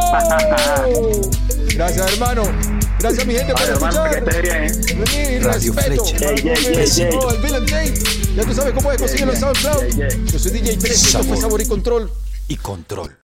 Oh. Gracias, hermano. Gracias, mi gente, por Vale, hermano, que escuchar. estés bien. Vení, Radio respeto. Flecha. Yay, yay, yay, yay. Oh, el Bill and Jay. Ya tú sabes cómo es, consíguelo en Yay, SoundCloud. yay, yay. Yo soy D J tres, esto fue Sabor. Sabor y Control. Y control.